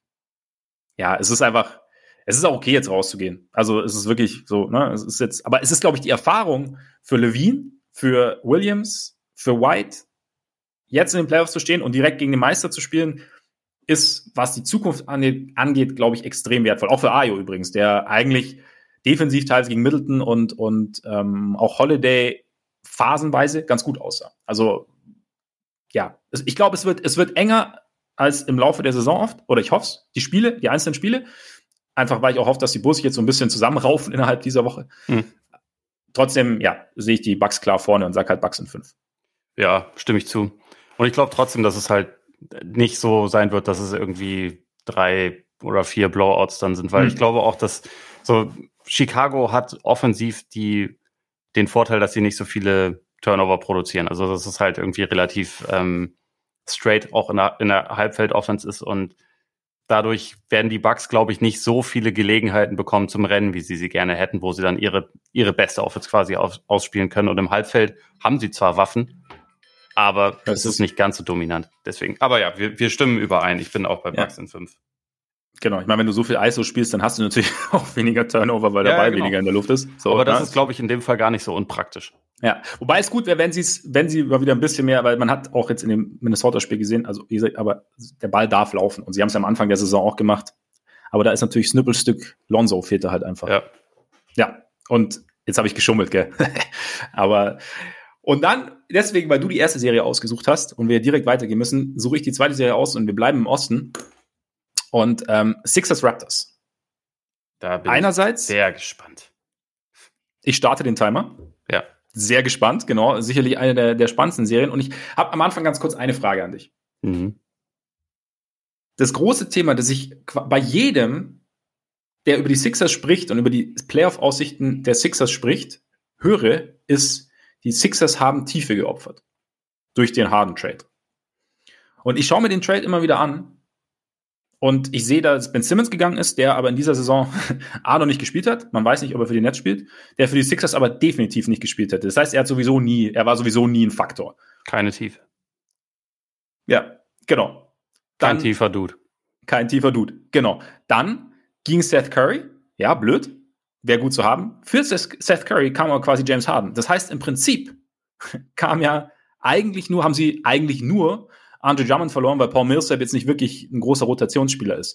Ja, es ist auch okay, jetzt rauszugehen. Also es ist wirklich so, ne, aber es ist, glaube ich, die Erfahrung für LaVine, für Williams, für White, jetzt in den Playoffs zu stehen und direkt gegen den Meister zu spielen, ist, was die Zukunft angeht, glaube ich, extrem wertvoll. Auch für Ayo übrigens, der eigentlich defensiv teils gegen Middleton und auch Holiday phasenweise ganz gut aussah. Also ja, ich glaube, es wird enger als im Laufe der Saison oft, oder ich hoffe es, die einzelnen Spiele, einfach weil ich auch hoffe, dass die Bulls sich jetzt so ein bisschen zusammenraufen innerhalb dieser Woche. Trotzdem, ja, sehe ich die Bucks klar vorne und sage halt Bucks in 5. Ja, stimme ich zu. Und ich glaube trotzdem, dass es halt nicht so sein wird, dass es irgendwie 3 oder 4 Blowouts dann sind, weil ich glaube auch, dass so Chicago hat offensiv den Vorteil, dass sie nicht so viele Turnover produzieren. Also dass es halt irgendwie relativ straight auch in der Halbfeld-Offense ist und dadurch werden die Bucks, glaube ich, nicht so viele Gelegenheiten bekommen zum Rennen, wie sie gerne hätten, wo sie dann ihre beste Offense quasi ausspielen können. Und im Halbfeld haben sie zwar Waffen, aber es ist nicht ganz so dominant. Deswegen. Aber ja, wir stimmen überein. Ich bin auch bei Bucks in 5. Genau, ich meine, wenn du so viel ISO spielst, dann hast du natürlich auch weniger Turnover, weil der Ball weniger in der Luft ist. So, aber das ist, glaube ich, in dem Fall gar nicht so unpraktisch. Ja, wobei es gut wäre, wenn sie mal wieder ein bisschen mehr, weil man hat auch jetzt in dem Minnesota-Spiel gesehen, also wie gesagt, aber der Ball darf laufen und sie haben es ja am Anfang der Saison auch gemacht. Aber da ist natürlich Schnippelstück Lonzo fehlt da halt einfach. Ja, und jetzt habe ich geschummelt, gell? Und dann, deswegen, weil du die erste Serie ausgesucht hast und wir direkt weitergehen müssen, suche ich die zweite Serie aus und wir bleiben im Osten. Und Sixers Raptors. Da bin einerseits ich sehr gespannt. Ich starte den Timer. Ja. Sehr gespannt, genau. Sicherlich eine der spannendsten Serien. Und ich habe am Anfang ganz kurz eine Frage an dich. Das große Thema, das ich bei jedem, der über die Sixers spricht und über die Playoff-Aussichten der Sixers spricht, höre, ist, die Sixers haben Tiefe geopfert. durch den Harden-Trade. Und ich schaue mir den Trade immer wieder an und ich sehe, dass Ben Simmons gegangen ist, der aber in dieser Saison noch nicht gespielt hat. Man weiß nicht, ob er für die Nets spielt. Der für die Sixers aber definitiv nicht gespielt hätte. Das heißt, er war sowieso nie ein Faktor. Keine Tiefe. Ja, genau. Kein tiefer Dude, genau. Dann ging Seth Curry. Ja, blöd. Wäre gut zu haben. Für Seth Curry kam aber quasi James Harden. Das heißt, im Prinzip haben sie eigentlich nur Andre Drummond verloren, weil Paul Millsap jetzt nicht wirklich ein großer Rotationsspieler ist.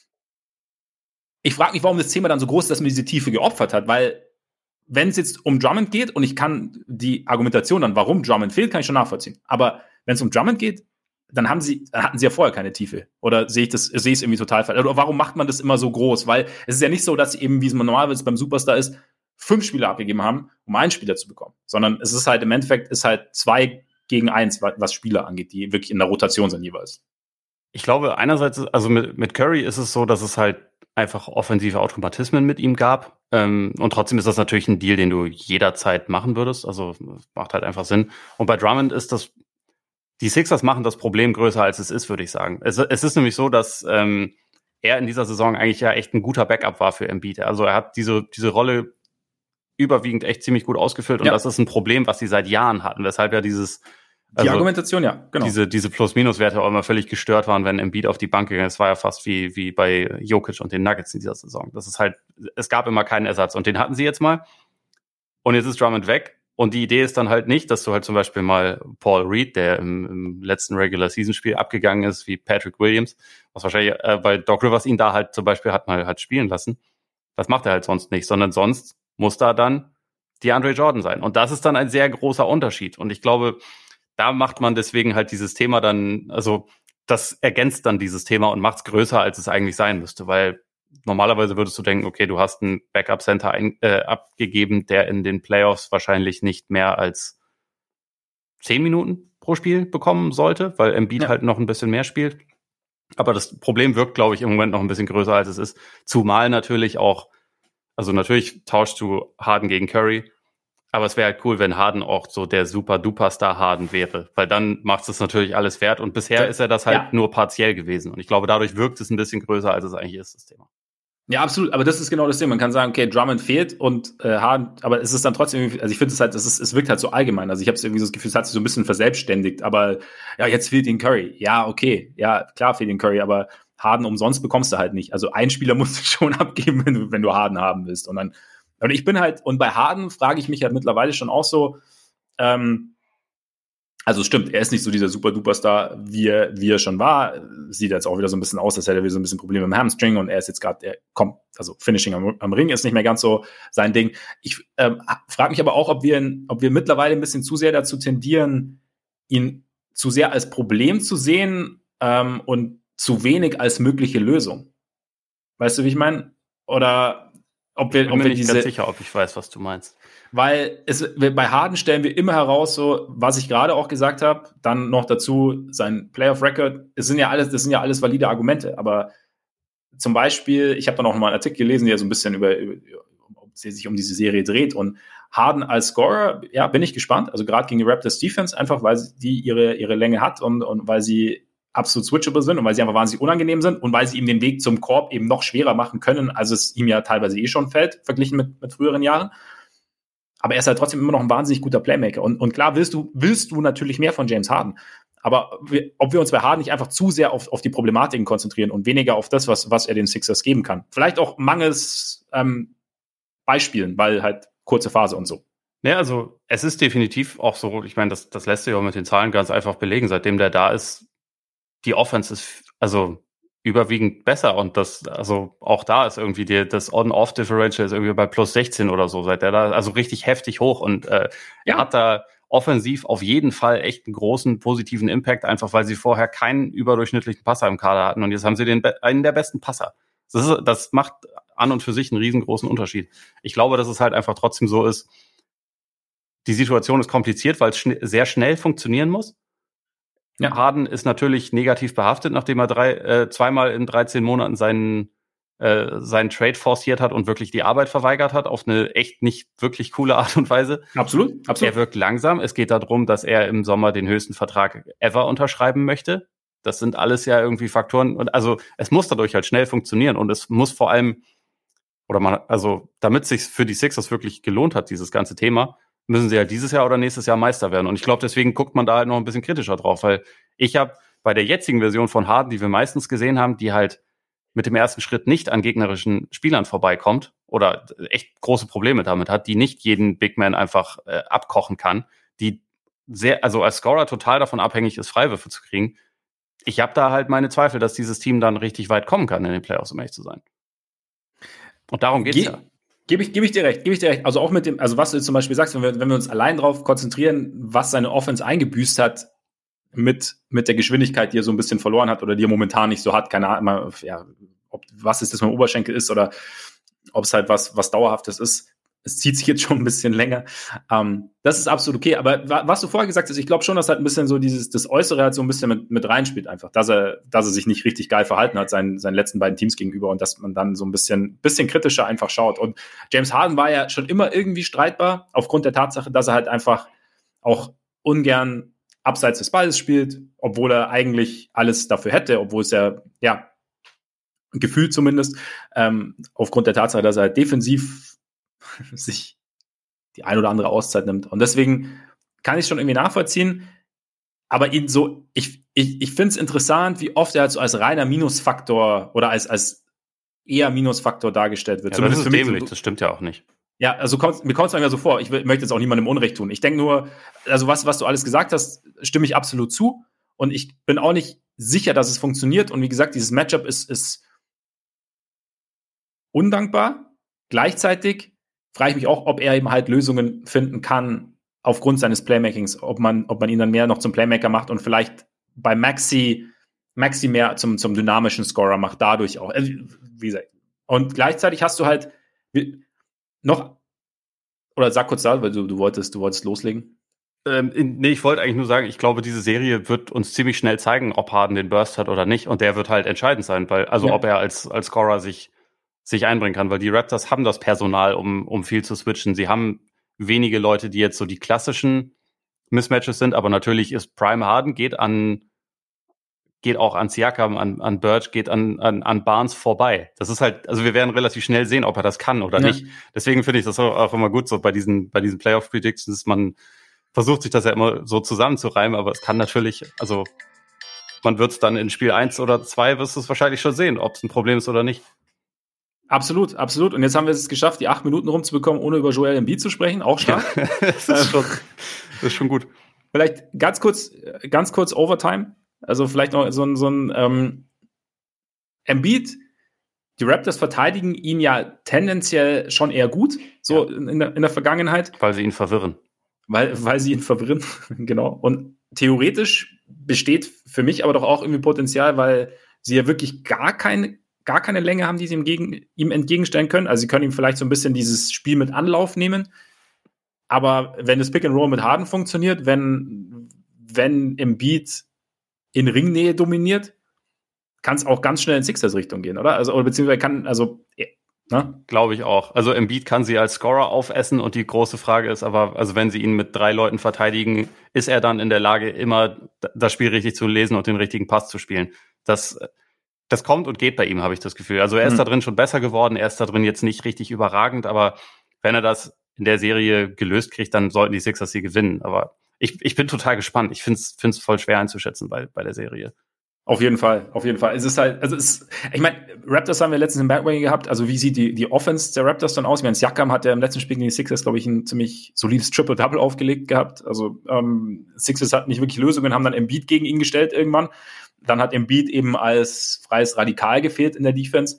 Ich frage mich, warum das Thema dann so groß ist, dass man diese Tiefe geopfert hat, weil wenn es jetzt um Drummond geht, und ich kann die Argumentation dann, warum Drummond fehlt, kann ich schon nachvollziehen. Aber wenn es um Drummond geht, dann hatten sie ja vorher keine Tiefe. Oder sehe ich es irgendwie total falsch? Oder warum macht man das immer so groß? Weil es ist ja nicht so, dass sie eben, wie es normalerweise beim Superstar ist, 5 Spieler abgegeben haben, um einen Spieler zu bekommen. Sondern es ist halt im Endeffekt 2 gegen 1, was Spieler angeht, die wirklich in der Rotation sind jeweils. Ich glaube, einerseits, also mit Curry ist es so, dass es halt einfach offensive Automatismen mit ihm gab. Und trotzdem ist das natürlich ein Deal, den du jederzeit machen würdest. Also macht halt einfach Sinn. Und bei Drummond ist die Sixers machen das Problem größer, als es ist, würde ich sagen. Es ist nämlich so, dass er in dieser Saison eigentlich ja echt ein guter Backup war für Embiid. Also er hat diese Rolle überwiegend echt ziemlich gut ausgefüllt. Und das ist ein Problem, was sie seit Jahren hatten. Weshalb ja die Argumentation, ja, genau. Diese Plus-Minus-Werte auch immer völlig gestört waren, wenn Embiid auf die Bank gegangen ist. Es war ja fast wie bei Jokic und den Nuggets in dieser Saison. Das ist halt, es gab immer keinen Ersatz. Und den hatten sie jetzt mal. Und jetzt ist Drummond weg. Und die Idee ist dann halt nicht, dass du halt zum Beispiel mal Paul Reed, der im letzten Regular-Season-Spiel abgegangen ist, wie Patrick Williams, was wahrscheinlich, weil Doc Rivers ihn da halt zum Beispiel hat spielen lassen. Das macht er halt sonst nicht, sondern sonst muss da dann DeAndre Jordan sein. Und das ist dann ein sehr großer Unterschied. Und ich glaube, da macht man deswegen halt dieses Thema dann, also das ergänzt dann dieses Thema und macht es größer, als es eigentlich sein müsste, weil normalerweise würdest du denken, okay, du hast einen Backup-Center abgegeben, der in den Playoffs wahrscheinlich nicht mehr als 10 Minuten pro Spiel bekommen sollte, weil Embiid halt noch ein bisschen mehr spielt. Aber das Problem wirkt, glaube ich, im Moment noch ein bisschen größer, als es ist. Zumal natürlich auch, also natürlich tauschst du Harden gegen Curry, aber es wäre halt cool, wenn Harden auch so der Super-Duper-Star Harden wäre, weil dann macht es natürlich alles wert und bisher ist er das halt nur partiell gewesen und ich glaube, dadurch wirkt es ein bisschen größer, als es eigentlich ist, das Thema. Ja, absolut, aber das ist genau das Ding. Man kann sagen, okay, Drummond fehlt und Harden, aber es ist dann trotzdem, also ich finde es halt, es wirkt halt so allgemein. Also ich habe irgendwie so das Gefühl, es hat sich so ein bisschen verselbstständigt, aber ja, jetzt fehlt ihnen Curry. Ja, okay, ja, klar fehlt ihnen Curry, aber Harden umsonst bekommst du halt nicht. Also ein Spieler musst du schon abgeben, wenn du Harden haben willst. Und ich bin halt, und bei Harden frage ich mich halt mittlerweile schon auch so, also stimmt, er ist nicht so dieser Super-Duper-Star, wie er schon war. Sieht jetzt auch wieder so ein bisschen aus, als hätte er wieder so ein bisschen Probleme mit dem Hamstring und er ist jetzt gerade, also Finishing am Ring ist nicht mehr ganz so sein Ding. Ich frage mich aber auch, ob wir mittlerweile ein bisschen zu sehr dazu tendieren, ihn zu sehr als Problem zu sehen und zu wenig als mögliche Lösung. Weißt du, wie ich meine? Oder ob wir nicht ganz sicher, ob ich weiß, was du meinst. Weil bei Harden stellen wir immer heraus, so was ich gerade auch gesagt habe, dann noch dazu sein Playoff-Record. Das sind ja alles valide Argumente. Aber zum Beispiel, ich habe dann auch mal einen Artikel gelesen, der so ein bisschen ob es sich um diese Serie dreht. Und Harden als Scorer, ja, bin ich gespannt. Also gerade gegen die Raptors Defense, einfach weil die ihre Länge hat und weil sie absolut switchable sind und weil sie einfach wahnsinnig unangenehm sind und weil sie ihm den Weg zum Korb eben noch schwerer machen können, als es ihm ja teilweise schon fällt, verglichen mit früheren Jahren. Aber er ist halt trotzdem immer noch ein wahnsinnig guter Playmaker. Und klar willst du natürlich mehr von James Harden. Aber ob wir uns bei Harden nicht einfach zu sehr auf die Problematiken konzentrieren und weniger auf das, was er den Sixers geben kann. Vielleicht auch mangels Beispielen, weil halt kurze Phase und so. Ja, also es ist definitiv auch so, ich meine, das lässt sich auch mit den Zahlen ganz einfach belegen. Seitdem der da ist, die Offense ist also überwiegend besser und also auch da ist irgendwie das On-Off-Differential ist irgendwie bei plus 16 oder so, seit der da, also richtig heftig hoch und er hat da offensiv auf jeden Fall echt einen großen positiven Impact, einfach weil sie vorher keinen überdurchschnittlichen Passer im Kader hatten und jetzt haben sie einen der besten Passer. Das macht an und für sich einen riesengroßen Unterschied. Ich glaube, dass es halt einfach trotzdem so ist, die Situation ist kompliziert, weil es sehr schnell funktionieren muss. Ja. Harden ist natürlich negativ behaftet, nachdem er zweimal in 13 Monaten seinen seinen Trade forciert hat und wirklich die Arbeit verweigert hat, auf eine echt nicht wirklich coole Art und Weise. Absolut. Er wirkt langsam. Es geht darum, dass er im Sommer den höchsten Vertrag ever unterschreiben möchte. Das sind alles ja irgendwie Faktoren. Und also es muss dadurch halt schnell funktionieren und es muss vor allem, damit es sich für die Sixers wirklich gelohnt hat, dieses ganze Thema, müssen sie halt dieses Jahr oder nächstes Jahr Meister werden. Und ich glaube, deswegen guckt man da halt noch ein bisschen kritischer drauf, weil ich habe bei der jetzigen Version von Harden, die wir meistens gesehen haben, die halt mit dem ersten Schritt nicht an gegnerischen Spielern vorbeikommt oder echt große Probleme damit hat, die nicht jeden Big Man einfach abkochen kann, die als Scorer total davon abhängig ist, Freiwürfe zu kriegen. Ich habe da halt meine Zweifel, dass dieses Team dann richtig weit kommen kann in den Playoffs, um ehrlich zu sein. Und darum geht's ja. Gebe ich dir recht. Also auch mit dem, also was du jetzt zum Beispiel sagst, wenn wir uns allein darauf konzentrieren, was seine Offense eingebüßt hat, mit der Geschwindigkeit, die er so ein bisschen verloren hat oder die er momentan nicht so hat, keine Ahnung, ja, was es das mit dem Oberschenkel ist oder ob es halt was Dauerhaftes ist. Es zieht sich jetzt schon ein bisschen länger. Das ist absolut okay. Aber was du vorher gesagt hast, ich glaube schon, dass halt ein bisschen so das Äußere halt so ein bisschen mit reinspielt einfach, dass er sich nicht richtig geil verhalten hat, seinen letzten beiden Teams gegenüber und dass man dann so ein bisschen kritischer einfach schaut. Und James Harden war ja schon immer irgendwie streitbar, aufgrund der Tatsache, dass er halt einfach auch ungern abseits des Balles spielt, obwohl er eigentlich alles dafür hätte, obwohl es ja gefühlt zumindest, aufgrund der Tatsache, dass er halt defensiv sich die ein oder andere Auszeit nimmt. Und deswegen kann ich schon irgendwie nachvollziehen, aber ihn so, ich finde es interessant, wie oft er halt so als reiner Minusfaktor oder als eher Minusfaktor dargestellt wird. Ja, das ist dämlich, das stimmt ja auch nicht. Ja, also mir kommt es manchmal so vor, ich möchte jetzt auch niemandem Unrecht tun. Ich denke nur, also was du alles gesagt hast, stimme ich absolut zu. Und ich bin auch nicht sicher, dass es funktioniert. Und wie gesagt, dieses Matchup ist undankbar. Gleichzeitig frage ich mich auch, ob er eben halt Lösungen finden kann aufgrund seines Playmakings, ob man ihn dann mehr noch zum Playmaker macht und vielleicht bei Maxi mehr zum dynamischen Scorer macht, dadurch auch. Wie gesagt. Und gleichzeitig hast du halt noch, oder sag kurz da, weil du wolltest loslegen. Ich wollte eigentlich nur sagen, ich glaube, diese Serie wird uns ziemlich schnell zeigen, ob Harden den Burst hat oder nicht. Und der wird halt entscheidend sein, weil, ob er als Scorer sich einbringen kann, weil die Raptors haben das Personal, um viel zu switchen. Sie haben wenige Leute, die jetzt so die klassischen Mismatches sind, aber natürlich ist Prime Harden, geht auch an Siakam, an Birch, geht an Barnes vorbei. Das ist halt, also wir werden relativ schnell sehen, ob er das kann oder nicht. Deswegen finde ich das auch immer gut, so bei diesen Playoff-Predictions, man versucht sich das ja immer so zusammenzureimen, aber es kann natürlich, also man wird es dann in Spiel 1 oder 2, wirst du es wahrscheinlich schon sehen, ob es ein Problem ist oder nicht. Absolut. Und jetzt haben wir es geschafft, die 8 Minuten rumzubekommen, ohne über Joel Embiid zu sprechen. Auch stark. Ja, das ist schon gut. Vielleicht ganz kurz Overtime. Also vielleicht noch so ein Embiid. Die Raptors verteidigen ihn ja tendenziell schon eher gut, so ja. in der Vergangenheit. Weil sie ihn verwirren. Weil sie ihn verwirren, genau. Und theoretisch besteht für mich aber doch auch irgendwie Potenzial, weil sie ja wirklich gar keine Länge haben, die sie ihm entgegenstellen können. Also sie können ihm vielleicht so ein bisschen dieses Spiel mit Anlauf nehmen. Aber wenn das Pick and Roll mit Harden funktioniert, wenn Embiid in Ringnähe dominiert, kann es auch ganz schnell in Sixers-Richtung gehen, oder? Oder beziehungsweise ne? Glaube ich auch. Also Embiid kann sie als Scorer aufessen und die große Frage ist aber, also wenn sie ihn mit 3 Leuten verteidigen, ist er dann in der Lage, immer das Spiel richtig zu lesen und den richtigen Pass zu spielen. Das kommt und geht bei ihm, habe ich das Gefühl. Also er ist da drin schon besser geworden, er ist da drin jetzt nicht richtig überragend, aber wenn er das in der Serie gelöst kriegt, dann sollten die Sixers sie gewinnen. Aber ich bin total gespannt. Ich finde es voll schwer einzuschätzen bei der Serie. Auf jeden Fall. Es ist halt, ich meine, Raptors haben wir letztens im Bandwagon gehabt. Also wie sieht die Offense der Raptors dann aus? Ich meine, Siakam hat ja im letzten Spiel gegen die Sixers, glaube ich, ein ziemlich solides Triple-Double aufgelegt gehabt. Also Sixers hatten nicht wirklich Lösungen, haben dann Embiid gegen ihn gestellt irgendwann. Dann hat Embiid eben als freies Radikal gefehlt in der Defense.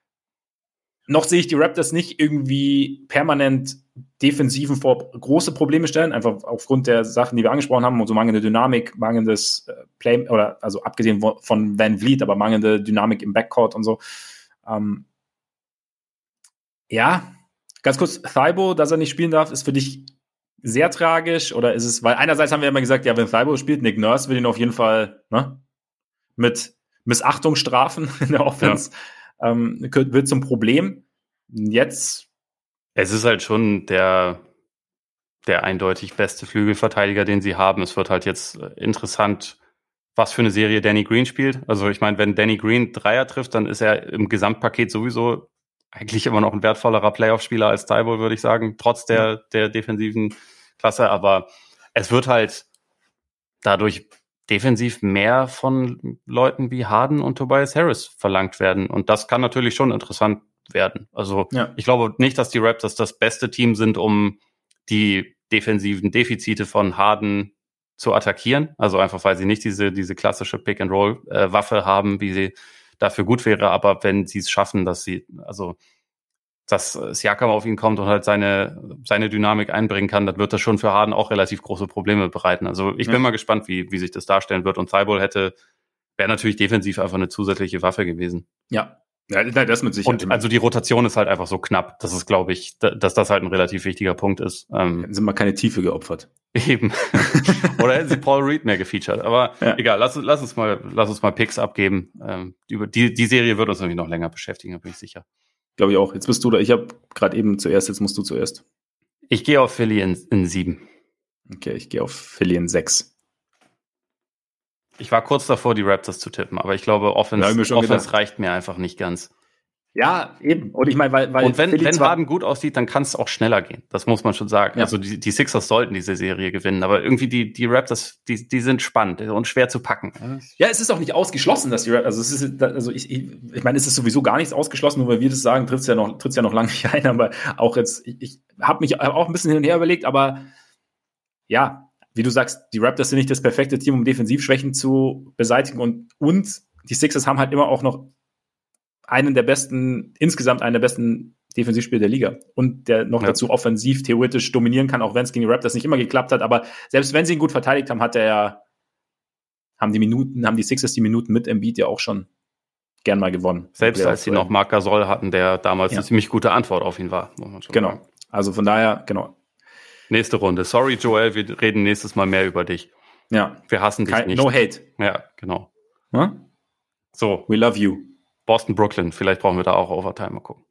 Noch sehe ich die Raptors nicht irgendwie permanent Defensiven vor große Probleme stellen, einfach aufgrund der Sachen, die wir angesprochen haben, und so mangelnde Dynamik, mangelndes Play, oder also abgesehen von Van Vliet, aber mangelnde Dynamik im Backcourt und so. Ja, ganz kurz, Thibault, dass er nicht spielen darf, ist für dich sehr tragisch, oder ist es, weil einerseits haben wir immer gesagt, ja, wenn Thibault spielt, Nick Nurse will ihn auf jeden Fall mit Missachtung strafen in der Offense. wird zum Problem. Jetzt. Es ist halt schon der eindeutig beste Flügelverteidiger, den sie haben. Es wird halt jetzt interessant, was für eine Serie Danny Green spielt. Also ich meine, wenn Danny Green Dreier trifft, dann ist er im Gesamtpaket sowieso eigentlich immer noch ein wertvollerer Playoff-Spieler als Thibault, würde ich sagen, trotz der defensiven Klasse. Aber es wird halt dadurch defensiv mehr von Leuten wie Harden und Tobias Harris verlangt werden. Und das kann natürlich schon interessant werden. Also ich glaube nicht, dass die Raptors das beste Team sind, um die defensiven Defizite von Harden zu attackieren. Also einfach, weil sie nicht diese klassische Pick-and-Roll-Waffe haben, wie sie dafür gut wäre. Aber wenn sie es schaffen, dass Siakam auf ihn kommt und halt seine Dynamik einbringen kann, dann wird das schon für Harden auch relativ große Probleme bereiten. Also ich bin mal gespannt, wie sich das darstellen wird. Und Thibault wäre natürlich defensiv einfach eine zusätzliche Waffe gewesen. Ja, das mit Sicherheit. Und also die Rotation ist halt einfach so knapp. Das ist, glaube ich, dass das halt ein relativ wichtiger Punkt ist. Hätten sie mal keine Tiefe geopfert. Eben. Oder hätten sie Paul Reed mehr gefeatured. Aber egal, lass uns mal Picks abgeben. Über die Serie wird uns nämlich noch länger beschäftigen, da bin ich sicher. Glaube ich auch. Jetzt bist du da. Ich habe gerade eben zuerst, jetzt musst du zuerst. Ich gehe auf Philly in 7. Okay, ich gehe auf Philly in 6. Ich war kurz davor, die Raptors zu tippen, aber ich glaube, Offense reicht mir einfach nicht ganz. Ja, eben. Und ich meine, weil und wenn Harden gut aussieht, dann kann es auch schneller gehen. Das muss man schon sagen. Ja. Also die Sixers sollten diese Serie gewinnen, aber irgendwie die Raptors, die sind spannend und schwer zu packen. Ja, es ist auch nicht ausgeschlossen, dass die Raptors, ich meine, es ist sowieso gar nichts ausgeschlossen, nur weil wir das sagen, tritt's ja noch lange nicht ein, aber auch jetzt, ich habe mich auch ein bisschen hin und her überlegt, aber ja, wie du sagst, die Raptors sind nicht das perfekte Team, um Defensivschwächen zu beseitigen und die Sixers haben halt immer auch noch insgesamt einen der besten Defensivspieler der Liga und der noch dazu offensiv theoretisch dominieren kann, auch wenn es gegen die Raptors nicht immer geklappt hat, aber selbst wenn sie ihn gut verteidigt haben, haben die Sixers die Minuten mit Embiid ja auch schon gern mal gewonnen. Selbst als sie noch Marc Gasol hatten, der damals eine ziemlich gute Antwort auf ihn war, muss man schon sagen. Also von daher, Nächste Runde. Sorry, Joel, wir reden nächstes Mal mehr über dich. Ja. Wir hassen dich nicht. No hate. Ja, genau. Hm? So. We love you. Boston, Brooklyn. Vielleicht brauchen wir da auch Overtime mal gucken.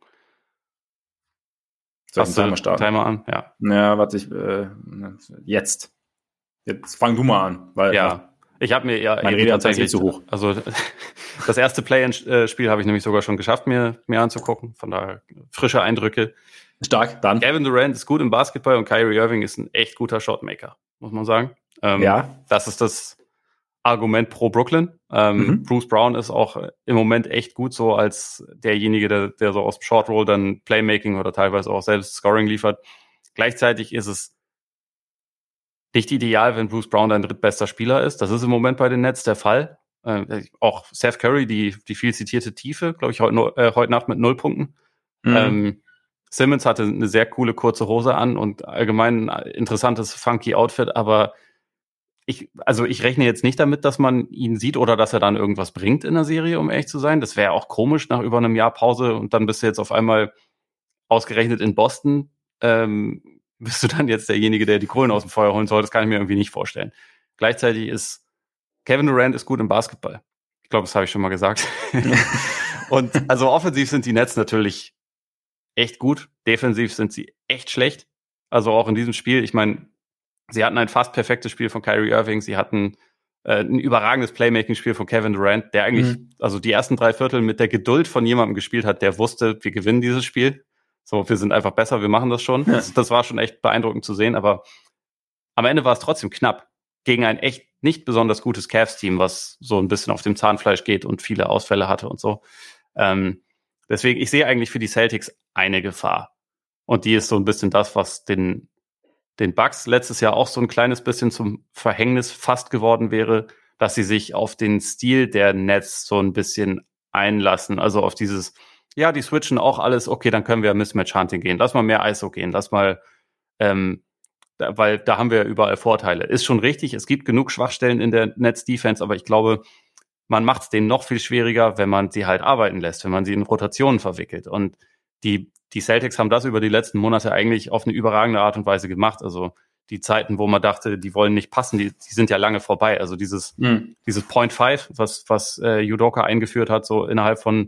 Soll ich den Timer starten? Timer an? Ja. Ja, warte, jetzt fang du mal an. Weil ich habe mir meine Rede tatsächlich zu hoch. Also das erste Play-in-Spiel habe ich nämlich sogar schon geschafft, mir anzugucken. Von daher frische Eindrücke. Stark, dann. Kevin Durant ist gut im Basketball und Kyrie Irving ist ein echt guter Shotmaker, muss man sagen. Das ist das Argument pro Brooklyn. Bruce Brown ist auch im Moment echt gut so als derjenige, der so aus dem Short Roll dann Playmaking oder teilweise auch selbst Scoring liefert. Gleichzeitig ist es nicht ideal, wenn Bruce Brown dein drittbester Spieler ist. Das ist im Moment bei den Nets der Fall. Auch Seth Curry, die viel zitierte Tiefe, glaube ich, heute Nacht mit 0 Punkten. Simmons hatte eine sehr coole kurze Hose an und allgemein ein interessantes, funky Outfit, aber ich rechne jetzt nicht damit, dass man ihn sieht oder dass er dann irgendwas bringt in der Serie, um ehrlich zu sein. Das wäre auch komisch nach über einem Jahr Pause und dann bist du jetzt auf einmal ausgerechnet in Boston. Bist du dann jetzt derjenige, der die Kohlen aus dem Feuer holen soll? Das kann ich mir irgendwie nicht vorstellen. Gleichzeitig ist Kevin Durant ist gut im Basketball. Ich glaube, das habe ich schon mal gesagt. Und also offensiv sind die Nets natürlich echt gut. Defensiv sind sie echt schlecht. Also auch in diesem Spiel. Ich meine, sie hatten ein fast perfektes Spiel von Kyrie Irving. Sie hatten ein überragendes Playmaking-Spiel von Kevin Durant, der eigentlich also die ersten 3 Viertel mit der Geduld von jemandem gespielt hat, der wusste, wir gewinnen dieses Spiel. So, wir sind einfach besser, wir machen das schon. Ja. Das war schon echt beeindruckend zu sehen, aber am Ende war es trotzdem knapp gegen ein echt nicht besonders gutes Cavs-Team, was so ein bisschen auf dem Zahnfleisch geht und viele Ausfälle hatte und so. Deswegen, ich sehe eigentlich für die Celtics eine Gefahr. Und die ist so ein bisschen das, was den Bucks letztes Jahr auch so ein kleines bisschen zum Verhängnis fast geworden wäre, dass sie sich auf den Stil der Nets so ein bisschen einlassen. Also auf dieses, ja, die switchen auch alles, okay, dann können wir Mismatch-Hunting gehen. Lass mal mehr ISO gehen, lass mal, weil da haben wir überall Vorteile. Ist schon richtig, es gibt genug Schwachstellen in der Nets-Defense, aber ich glaube, man macht es denen noch viel schwieriger, wenn man sie halt arbeiten lässt, wenn man sie in Rotationen verwickelt. Und die Celtics haben das über die letzten Monate eigentlich auf eine überragende Art und Weise gemacht. Also die Zeiten, wo man dachte, die wollen nicht passen, die sind ja lange vorbei. Also dieses Point 5, was Udoka eingeführt hat, so innerhalb von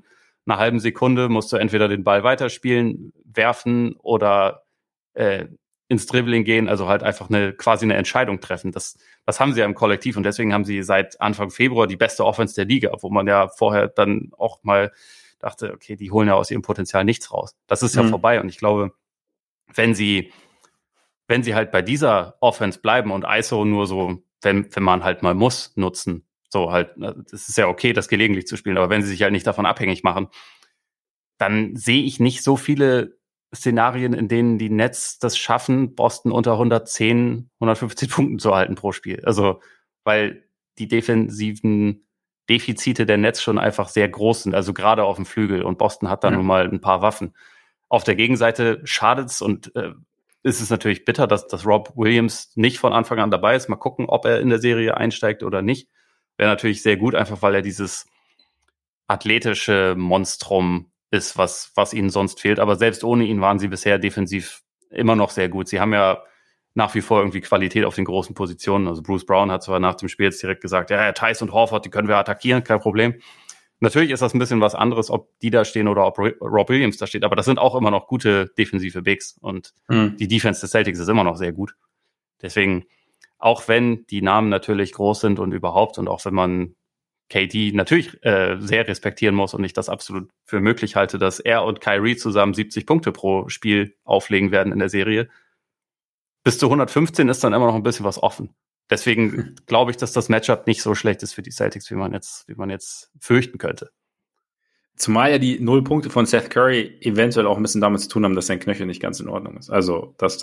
einer halben Sekunde musst du entweder den Ball weiterspielen, werfen oder ins Dribbling gehen, also halt einfach quasi eine Entscheidung treffen. Das haben sie ja im Kollektiv und deswegen haben sie seit Anfang Februar die beste Offense der Liga, wo man ja vorher dann auch mal dachte, okay, die holen ja aus ihrem Potenzial nichts raus. Das ist ja vorbei und ich glaube, wenn sie halt bei dieser Offense bleiben und ISO nur so, wenn man halt mal muss, nutzen, so halt, das ist ja okay, das gelegentlich zu spielen, aber wenn sie sich halt nicht davon abhängig machen, dann sehe ich nicht so viele Szenarien, in denen die Nets das schaffen, Boston unter 110, 115 Punkten zu halten pro Spiel. Also, weil die defensiven Defizite der Nets schon einfach sehr groß sind, also gerade auf dem Flügel. Und Boston hat da nun mal ein paar Waffen. Auf der Gegenseite schadet's und ist es natürlich bitter, dass Rob Williams nicht von Anfang an dabei ist. Mal gucken, ob er in der Serie einsteigt oder nicht. Wäre natürlich sehr gut, einfach weil er dieses athletische Monstrum ist, was ihnen sonst fehlt. Aber selbst ohne ihn waren sie bisher defensiv immer noch sehr gut. Sie haben ja nach wie vor irgendwie Qualität auf den großen Positionen. Also Bruce Brown hat zwar nach dem Spiel jetzt direkt gesagt, ja, Theis und Horford, die können wir attackieren, kein Problem. Natürlich ist das ein bisschen was anderes, ob die da stehen oder ob Rob Williams da steht. Aber das sind auch immer noch gute defensive Bigs. Und die Defense des Celtics ist immer noch sehr gut. Deswegen, auch wenn die Namen natürlich groß sind und überhaupt und auch wenn man KD natürlich sehr respektieren muss und ich das absolut für möglich halte, dass er und Kyrie zusammen 70 Punkte pro Spiel auflegen werden in der Serie. Bis zu 115 ist dann immer noch ein bisschen was offen. Deswegen glaube ich, dass das Matchup nicht so schlecht ist für die Celtics, wie man jetzt fürchten könnte. Zumal ja die 0 Punkte von Seth Curry eventuell auch ein bisschen damit zu tun haben, dass sein Knöchel nicht ganz in Ordnung ist. Dass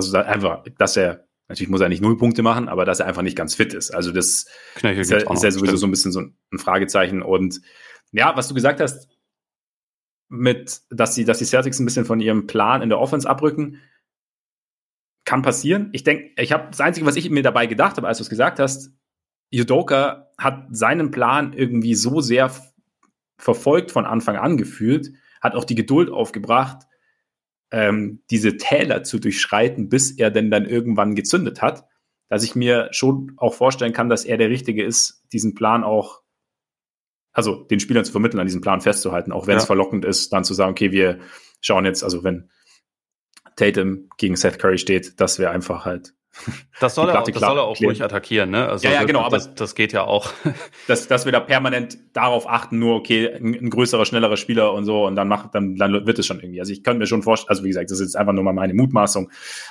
er natürlich muss er nicht 0 Punkte machen, aber dass er einfach nicht ganz fit ist. Also das ist ja sowieso so ein bisschen so ein Fragezeichen. Und ja, was du gesagt hast, dass die Celtics ein bisschen von ihrem Plan in der Offense abrücken, kann passieren. Ich denke, das Einzige, was ich mir dabei gedacht habe, als du es gesagt hast, Udoka hat seinen Plan irgendwie so sehr verfolgt von Anfang an gefühlt, hat auch die Geduld aufgebracht, diese Täler zu durchschreiten, bis er denn dann irgendwann gezündet hat, dass ich mir schon auch vorstellen kann, dass er der Richtige ist, diesen Plan auch, also den Spielern zu vermitteln, an diesem Plan festzuhalten, auch wenn es verlockend ist, dann zu sagen, okay, wir schauen jetzt, also wenn Tatum gegen Seth Curry steht, das wäre einfach halt Das soll er auch ruhig attackieren, ne? Also genau, aber das geht ja auch. Dass wir da permanent darauf achten, nur okay, ein größerer, schnellerer Spieler und so, und dann wird es schon irgendwie. Also ich könnte mir schon vorstellen, also wie gesagt, das ist jetzt einfach nur mal meine Mutmaßung.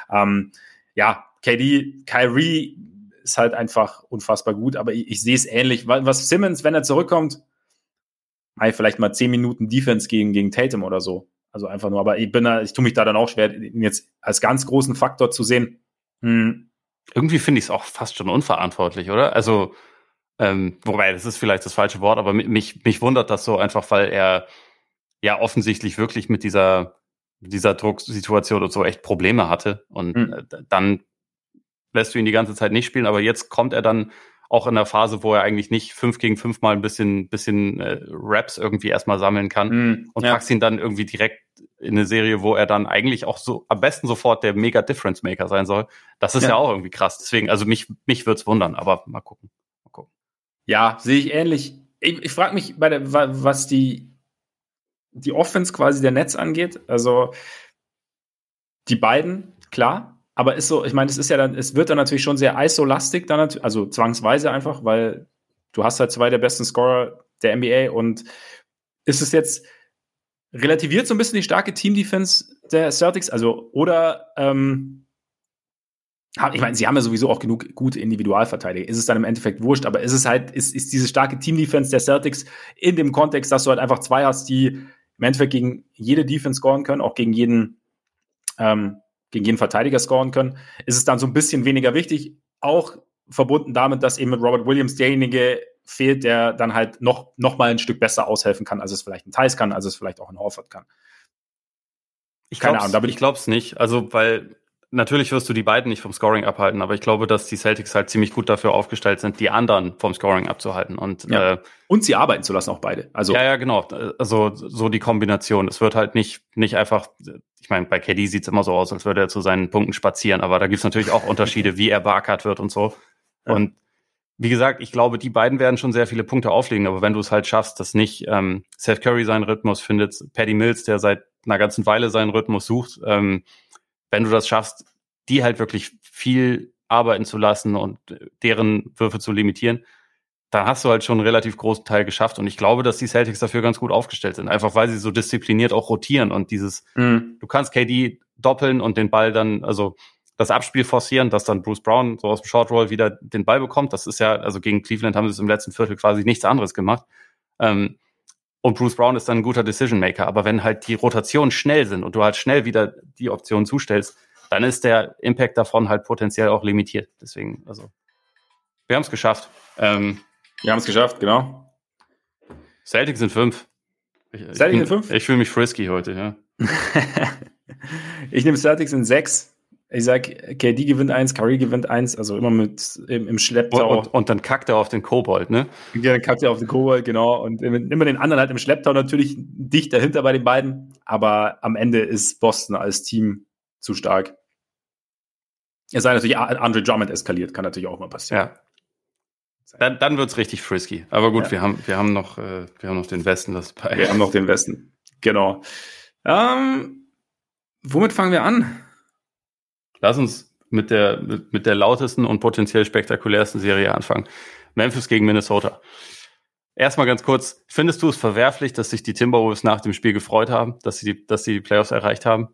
Kyrie ist halt einfach unfassbar gut, aber ich sehe es ähnlich. Was Simmons, wenn er zurückkommt, vielleicht mal 10 Minuten Defense gegen Tatum oder so. Also einfach nur, aber ich tue mich da dann auch schwer, ihn jetzt als ganz großen Faktor zu sehen. Irgendwie finde ich es auch fast schon unverantwortlich, oder? Also, wobei, das ist vielleicht das falsche Wort, aber mich wundert das so einfach, weil er ja offensichtlich wirklich mit dieser Drucksituation und so echt Probleme hatte. Und dann lässt du ihn die ganze Zeit nicht spielen, aber jetzt kommt er dann auch in der Phase, wo er eigentlich nicht 5 gegen 5 mal ein bisschen Raps irgendwie erstmal sammeln kann und packst ihn dann irgendwie direkt in eine Serie, wo er dann eigentlich auch so am besten sofort der Mega-Difference-Maker sein soll. Das ist ja auch irgendwie krass. Deswegen, also mich würde es wundern, aber mal gucken. Ja, sehe ich ähnlich. Ich frage mich, was die Offense quasi der Nets angeht. Also die beiden, klar, aber ist so, ich meine, es wird dann natürlich schon sehr ISO-lastig, also zwangsweise einfach, weil du hast halt 2 der besten Scorer der NBA und ist es jetzt relativiert so ein bisschen die starke Team-Defense der Celtics, also oder ich meine, sie haben ja sowieso auch genug gute Individualverteidiger. Ist es dann im Endeffekt wurscht, aber ist diese starke Team-Defense der Celtics in dem Kontext, dass du halt einfach 2 hast, die im Endeffekt gegen jede Defense scoren können, auch gegen jeden Verteidiger scoren können, ist es dann so ein bisschen weniger wichtig, auch verbunden damit, dass eben mit Robert Williams derjenige fehlt, der dann halt noch mal ein Stück besser aushelfen kann, als es vielleicht ein Theis kann, als es vielleicht auch ein Horford kann. Ich glaube es nicht, also weil natürlich wirst du die beiden nicht vom Scoring abhalten, aber ich glaube, dass die Celtics halt ziemlich gut dafür aufgestellt sind, die anderen vom Scoring abzuhalten. Und sie arbeiten zu lassen, auch beide. Also ja, genau. Also so die Kombination. Es wird halt nicht einfach, ich meine, bei KD sieht es immer so aus, als würde er zu seinen Punkten spazieren, aber da gibt es natürlich auch Unterschiede, wie er beackert wird und so. Ja. Und wie gesagt, ich glaube, die beiden werden schon sehr viele Punkte auflegen, aber wenn du es halt schaffst, dass nicht Seth Curry seinen Rhythmus findet, Patty Mills, der seit einer ganzen Weile seinen Rhythmus sucht, wenn du das schaffst, die halt wirklich viel arbeiten zu lassen und deren Würfe zu limitieren, dann hast du halt schon einen relativ großen Teil geschafft. Und ich glaube, dass die Celtics dafür ganz gut aufgestellt sind. Einfach weil sie so diszipliniert auch rotieren und du kannst KD doppeln und den Ball dann, also das Abspiel forcieren, dass dann Bruce Brown so aus dem Short Roll wieder den Ball bekommt. Das ist ja, also gegen Cleveland haben sie es im letzten Viertel quasi nichts anderes gemacht. Und Bruce Brown ist dann ein guter Decision Maker. Aber wenn halt die Rotationen schnell sind und du halt schnell wieder die Option zustellst, dann ist der Impact davon halt potenziell auch limitiert. Deswegen, also, wir haben es geschafft. Wir haben es geschafft, genau. Celtics sind 5. Celtics sind 5? Ich fühle mich frisky heute, ja. Ich nehme Celtics in 6. Ich sag, KD gewinnt 1, Curry gewinnt 1, also immer mit im Schlepptau. Und dann kackt er auf den Kobold, ne? Ja, dann kackt er auf den Kobold, genau. Und immer den anderen halt im Schlepptau natürlich dicht dahinter bei den beiden. Aber am Ende ist Boston als Team zu stark. Es sei natürlich, Andre Drummond eskaliert, kann natürlich auch mal passieren. Ja. Dann wird's richtig frisky. Aber gut, ja. wir haben noch den Westen. Wir haben noch den Westen, genau. Womit fangen wir an? Lass uns mit der lautesten und potenziell spektakulärsten Serie anfangen. Memphis gegen Minnesota. Erstmal ganz kurz, findest du es verwerflich, dass sich die Timberwolves nach dem Spiel gefreut haben, dass sie die Playoffs erreicht haben?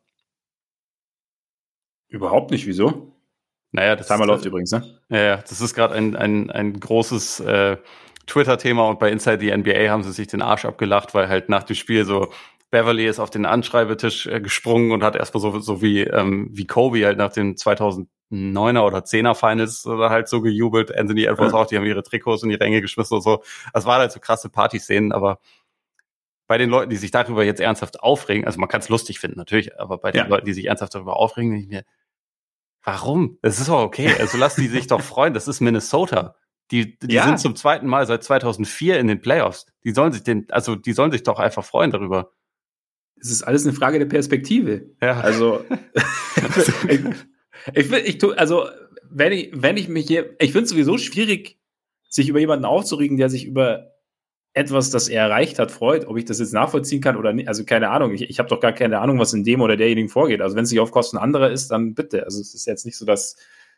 Überhaupt nicht, wieso? Naja, Timer läuft übrigens, ne? Ja, das ist gerade ein großes Twitter-Thema und bei Inside the NBA haben sie sich den Arsch abgelacht, weil halt nach dem Spiel so Beverly ist auf den Anschreibetisch gesprungen und hat erstmal so wie Kobe halt nach den 2009er oder 10er Finals oder halt so gejubelt. Anthony Edwards auch, die haben ihre Trikots in die Ränge geschmissen und so. Das waren halt so krasse Partyszenen, aber bei den Leuten, die sich darüber jetzt ernsthaft aufregen, also man kann es lustig finden natürlich, aber bei den Leuten, die sich ernsthaft darüber aufregen, denke ich mir, warum? Es ist doch okay, also lass die sich doch freuen, das ist Minnesota. Die sind zum zweiten Mal seit 2004 in den Playoffs. Die sollen sich doch einfach freuen darüber. Es ist alles eine Frage der Perspektive. Ja. Also, ich finde es sowieso schwierig, sich über jemanden aufzuregen, der sich über etwas, das er erreicht hat, freut. Ob ich das jetzt nachvollziehen kann oder nicht, also keine Ahnung. Ich habe doch gar keine Ahnung, was in dem oder derjenigen vorgeht. Also wenn es nicht auf Kosten anderer ist, dann bitte. Also es ist jetzt nicht so, dass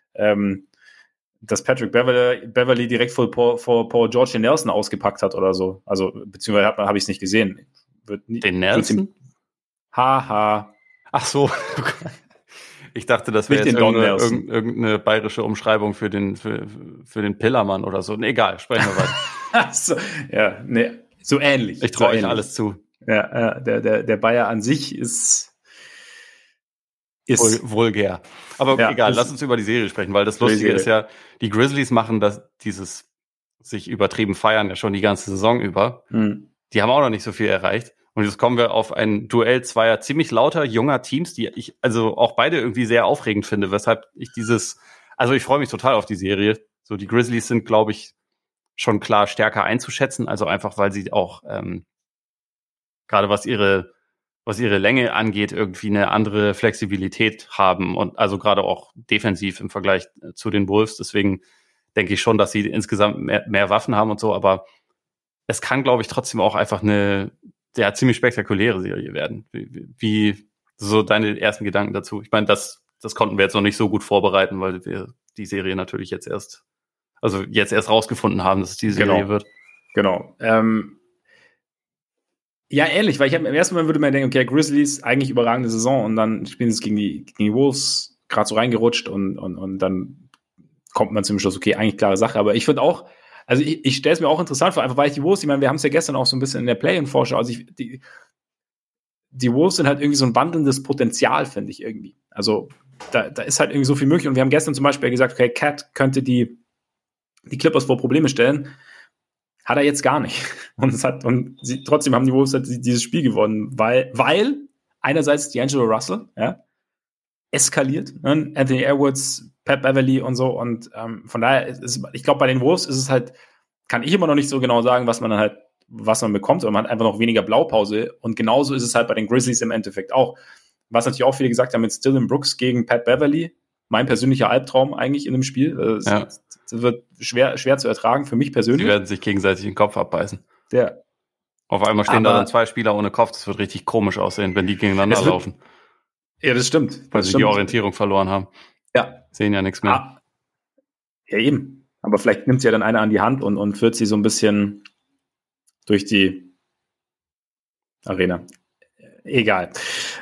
Patrick Beverly direkt vor Paul George den Nelson ausgepackt hat oder so. Also beziehungsweise habe ich es nicht gesehen. Den Nelson? Haha. Ach so. Ich dachte, das wäre jetzt irgendeine bayerische Umschreibung für den Pillermann oder so. Nee, egal, sprechen wir weiter. So, ja, nee, so ähnlich. Ich traue euch alles zu. Ja, der Bayer an sich ist vulgär. Aber egal, lass uns über die Serie sprechen, weil das Lustige ist ja, die Grizzlies machen dieses sich übertrieben feiern ja schon die ganze Saison über. Die haben auch noch nicht so viel erreicht. Und jetzt kommen wir auf ein Duell zweier ziemlich lauter, junger Teams, die ich also auch beide irgendwie sehr aufregend finde, weshalb ich ich freue mich total auf die Serie. So, die Grizzlies sind, glaube ich, schon klar stärker einzuschätzen, also einfach, weil sie auch gerade was ihre Länge angeht, irgendwie eine andere Flexibilität haben und also gerade auch defensiv im Vergleich zu den Wolves. Deswegen denke ich schon, dass sie insgesamt mehr Waffen haben und so, aber es kann, glaube ich, trotzdem auch einfach eine ziemlich spektakuläre Serie werden. Wie so deine ersten Gedanken dazu? Ich meine, das konnten wir jetzt noch nicht so gut vorbereiten, weil wir die Serie natürlich jetzt erst rausgefunden haben, dass es die Serie wird. Genau. Ja, ähnlich, weil im ersten Mal würde man denken, okay, Grizzlies, eigentlich überragende Saison und dann spielen sie gegen die Wolves, gerade so reingerutscht und dann kommt man zum Schluss, okay, eigentlich klare Sache. Aber ich finde auch, also ich stelle es mir auch interessant vor, einfach weil ich die Wolves, ich meine, wir haben es ja gestern auch so ein bisschen in der Play-In-Vorschau, also die Wolves sind halt irgendwie so ein wandelndes Potenzial, finde ich irgendwie. Also da ist halt irgendwie so viel möglich und wir haben gestern zum Beispiel gesagt, okay, Cat könnte die Clippers vor Probleme stellen, hat er jetzt gar nicht. Trotzdem haben die Wolves halt dieses Spiel gewonnen, weil einerseits D'Angelo Russell, eskaliert, ne? Anthony Edwards, Pat Beverly und so und von daher ich glaube, bei den Wolves ist es halt, kann ich immer noch nicht so genau sagen, was man bekommt, aber man hat einfach noch weniger Blaupause und genauso ist es halt bei den Grizzlies im Endeffekt auch. Was natürlich auch viele gesagt haben, mit Dillon Brooks gegen Pat Beverly, mein persönlicher Albtraum eigentlich in dem Spiel. Es wird schwer zu ertragen für mich persönlich. Sie werden sich gegenseitig den Kopf abbeißen. Auf einmal stehen da dann 2 Spieler ohne Kopf. Das wird richtig komisch aussehen, wenn die gegeneinander laufen. Ja, das stimmt. Weil sie die Orientierung verloren haben. Ja. Sehen ja nichts mehr. Ja, eben. Aber vielleicht nimmt sie ja dann einer an die Hand und führt sie so ein bisschen durch die Arena. Egal.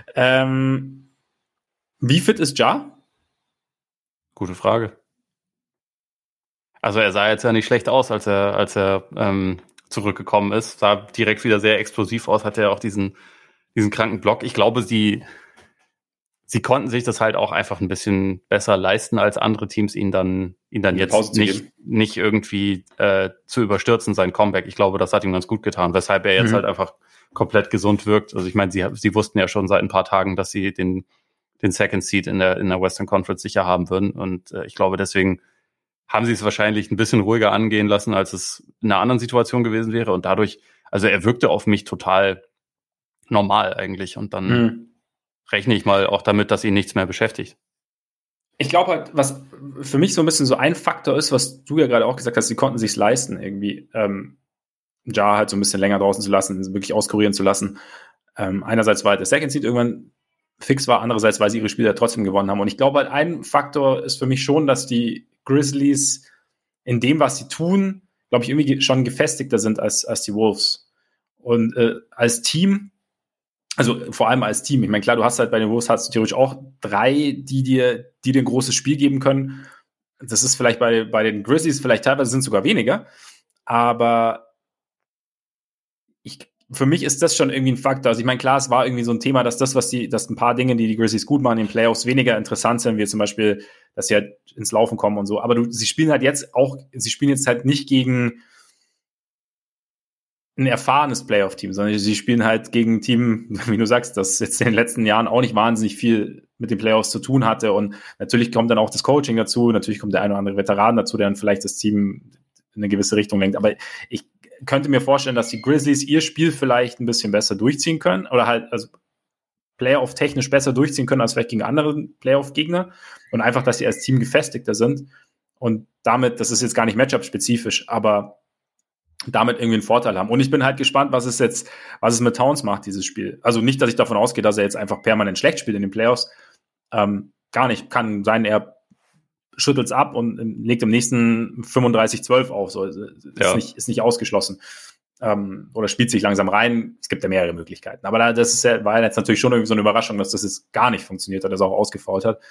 Wie fit ist Ja? Gute Frage. Also er sah jetzt ja nicht schlecht aus, als er zurückgekommen ist. Sah direkt wieder sehr explosiv aus, hatte ja auch diesen kranken Block. Ich glaube, sie konnten sich das halt auch einfach ein bisschen besser leisten, als andere Teams ihn dann jetzt nicht irgendwie zu überstürzen, sein Comeback. Ich glaube, das hat ihm ganz gut getan, weshalb er jetzt halt einfach komplett gesund wirkt. Also ich meine, sie wussten ja schon seit ein paar Tagen, dass sie den Second Seed in der Western Conference sicher haben würden. Und ich glaube, deswegen haben sie es wahrscheinlich ein bisschen ruhiger angehen lassen, als es in einer anderen Situation gewesen wäre. Und dadurch, also er wirkte auf mich total normal eigentlich. Und dann rechne ich mal auch damit, dass ihn nichts mehr beschäftigt. Ich glaube halt, was für mich so ein bisschen so ein Faktor ist, was du ja gerade auch gesagt hast, sie konnten sich's leisten, irgendwie Ja halt so ein bisschen länger draußen zu lassen, wirklich auskurieren zu lassen. Einerseits, weil der Second Seed irgendwann fix war, andererseits, weil sie ihre Spiele trotzdem gewonnen haben. Und ich glaube halt, ein Faktor ist für mich schon, dass die Grizzlies in dem, was sie tun, glaube ich, irgendwie schon gefestigter sind als die Wolves. Und als Team, also vor allem als Team, ich meine, klar, du hast halt bei den Wolves hast du theoretisch auch 3, die dir ein großes Spiel geben können. Das ist vielleicht bei den Grizzlies, vielleicht teilweise sind es sogar weniger, aber für mich ist das schon irgendwie ein Faktor. Also ich meine, klar, es war irgendwie so ein Thema, dass ein paar Dinge, die Grizzlies gut machen in den Playoffs, weniger interessant sind, wie zum Beispiel, dass sie halt ins Laufen kommen und so. Aber sie spielen jetzt halt nicht gegen ein erfahrenes Playoff-Team, sondern sie spielen halt gegen ein Team, wie du sagst, das jetzt in den letzten Jahren auch nicht wahnsinnig viel mit den Playoffs zu tun hatte. Und natürlich kommt dann auch das Coaching dazu, natürlich kommt der ein oder andere Veteran dazu, der dann vielleicht das Team in eine gewisse Richtung lenkt. Aber ich könnte mir vorstellen, dass die Grizzlies ihr Spiel vielleicht ein bisschen besser durchziehen können oder halt also Playoff-technisch besser durchziehen können als vielleicht gegen andere Playoff-Gegner und einfach, dass sie als Team gefestigter sind und damit, das ist jetzt gar nicht Matchup-spezifisch, aber damit irgendwie einen Vorteil haben. Und ich bin halt gespannt, was es mit Towns macht, dieses Spiel. Also nicht, dass ich davon ausgehe, dass er jetzt einfach permanent schlecht spielt in den Playoffs. Gar nicht. Kann sein, er schüttelt es ab und legt im nächsten 35-12 auf. So, ist nicht ausgeschlossen. Oder spielt sich langsam rein. Es gibt ja mehrere Möglichkeiten. Aber war jetzt natürlich schon irgendwie so eine Überraschung, dass das jetzt gar nicht funktioniert hat, dass er auch ausgefault hat.